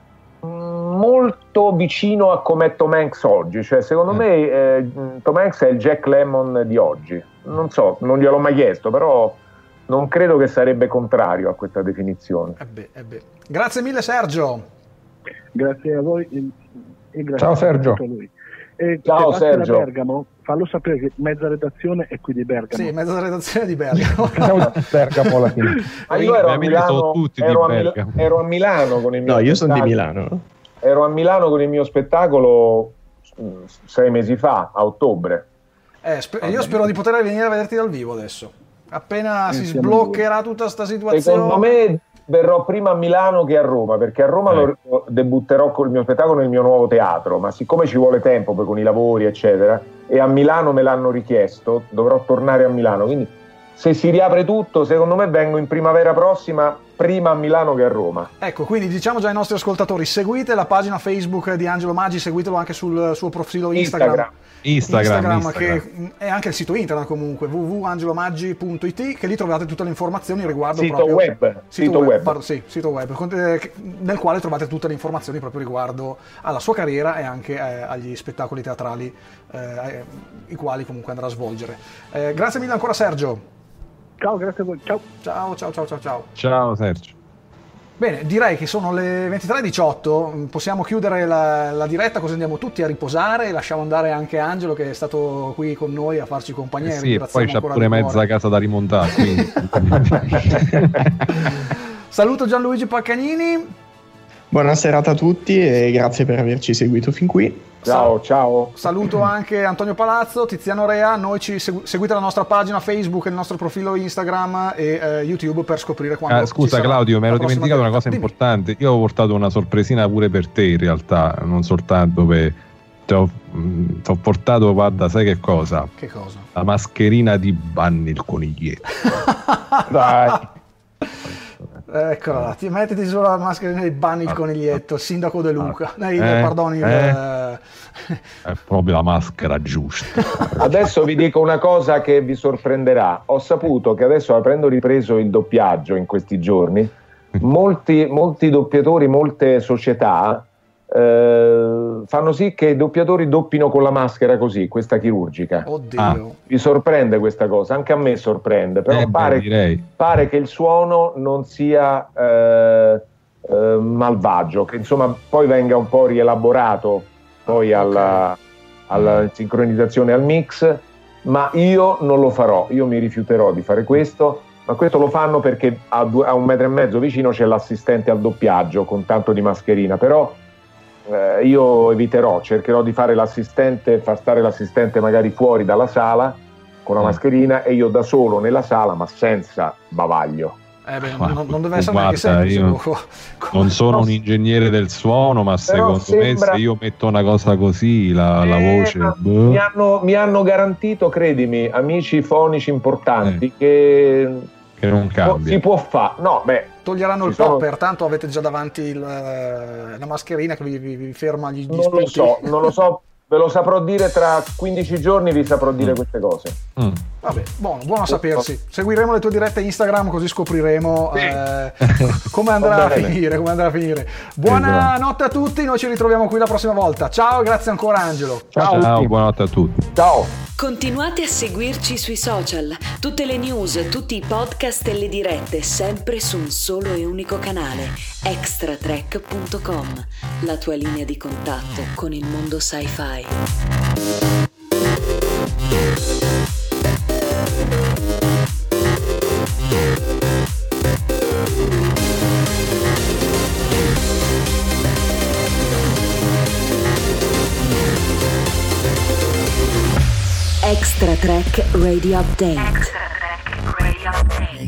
molto vicino a come Tom Hanks oggi, cioè secondo me eh, Tom Hanks è il Jack Lemmon di oggi. Non so, non gliel'ho mai chiesto, però non credo che sarebbe contrario a questa definizione. Eh beh, eh beh. Grazie mille Sergio. Grazie a voi e, e grazie Ciao Sergio. a lui. E Ciao se vai Sergio. a Bergamo, fallo sapere che mezza redazione è qui di Bergamo. Sì, mezza redazione di Bergamo. Siamo di Bergamo alla fine. Ma io ero a Ovviamente sono Milano, tutti di ero a, Mil- Bergamo. ero a Milano con il mio No, io sono di spettacolo. Milano. Ero a Milano con il mio spettacolo mh, sei mesi fa, a ottobre. Eh, sper- io spero di poter venire a vederti dal vivo adesso. Appena si siamo sbloccherà tutta sta situazione. Secondo me verrò prima a Milano che a Roma, perché a Roma Eh. lo debutterò con il mio spettacolo nel mio nuovo teatro, ma siccome ci vuole tempo poi con i lavori eccetera, e a Milano me l'hanno richiesto, dovrò tornare a Milano, quindi se si riapre tutto secondo me vengo in primavera prossima prima a Milano che a Roma. Ecco, quindi diciamo già ai nostri ascoltatori, seguite la pagina Facebook di Angelo Maggi, seguitelo anche sul suo profilo Instagram. Instagram. Instagram, Instagram. che è anche il sito internet comunque, w w w punto angelomaggi punto i t, che lì trovate tutte le informazioni riguardo Sito proprio web, sito, sito web, web. pardon, sì, sito web con- eh, che- nel quale trovate tutte le informazioni proprio riguardo alla sua carriera e anche eh, agli spettacoli teatrali eh, i quali comunque andrà a svolgere. Eh, grazie mille ancora Sergio. Ciao, grazie a voi. Ciao. Ciao ciao ciao ciao ciao. Ciao Sergio. Bene, direi che sono le ventitré e diciotto, possiamo chiudere la, la diretta così andiamo tutti a riposare, lasciamo andare anche Angelo che è stato qui con noi a farci compagnia. Eh e sì, e ringraziamo poi c'ha ancora pure di mezza cuore. casa da rimontare. Quindi... Saluto Gianluigi Paccanini. Buona serata a tutti e grazie per averci seguito fin qui. Ciao, ciao. Saluto anche Antonio Palazzo, Tiziano Rea, noi ci segu- seguite la nostra pagina Facebook, il nostro profilo Instagram e eh, YouTube per scoprire quando Ah, scusa ci sarà Claudio, mi ero la prossima dimenticato una cosa diretta. importante. Io ho portato una sorpresina pure per te in realtà, non soltanto per... Ti ho, mh, ti ho portato, guarda, sai che cosa? Dimmi. Che cosa? La mascherina di Bunny il coniglietto. Dai. Eccola là, ti mettiti sulla mascherina di Bunny il coniglietto, il sindaco De Luca. Eh, Eh, pardon, il, eh. eh, È proprio la maschera giusta. Adesso vi dico una cosa che vi sorprenderà. Ho saputo che adesso, avendo ripreso il doppiaggio in questi giorni, molti, molti doppiatori, molte società eh, fanno sì che i doppiatori doppino con la maschera così, questa chirurgica. Oddio. Ah. Vi sorprende questa cosa? Anche a me sorprende, però Eh, beh, pare, direi. pare che il suono non sia eh, eh, malvagio, che insomma poi venga un po' rielaborato poi alla, alla sincronizzazione, al mix, ma io non lo farò, io mi rifiuterò di fare questo, ma questo lo fanno perché a, due, a un metro e mezzo vicino c'è l'assistente al doppiaggio con tanto di mascherina, però eh, io eviterò, cercherò di fare l'assistente, far stare l'assistente magari fuori dalla sala con la Mm. mascherina e io da solo nella sala ma senza bavaglio. Eh beh, Ma non, non deve essere neanche guarda, semplice. io co- co- Non sono un ingegnere del suono, ma secondo sembra- me se io metto una cosa così, la, la Eh, voce... ma boh. mi, hanno, mi hanno garantito, credimi, amici fonici importanti, Eh. che che non si cambia. può fare. No, beh, Toglieranno Ci il sono- popper, tanto avete già davanti il, eh, la mascherina che vi, vi- vi ferma gli, gli non lo sputi. so, non lo so, ve lo saprò dire tra quindici giorni, vi saprò dire queste cose. Mm. Vabbè, buono, buono a sapersi. Seguiremo le tue dirette Instagram così scopriremo eh, come andrà Va a bene. finire, come andrà a finire. Buonanotte a tutti, noi ci ritroviamo qui la prossima volta. Ciao e grazie ancora Angelo. Ciao. Ciao, buonanotte a tutti. Ciao. Continuate a seguirci sui social, tutte le news, tutti i podcast e le dirette, sempre su un solo e unico canale, extratrack punto com, la tua linea di contatto con il mondo sci-fi. Extra Track Radio Update. Extra Track Radio Update.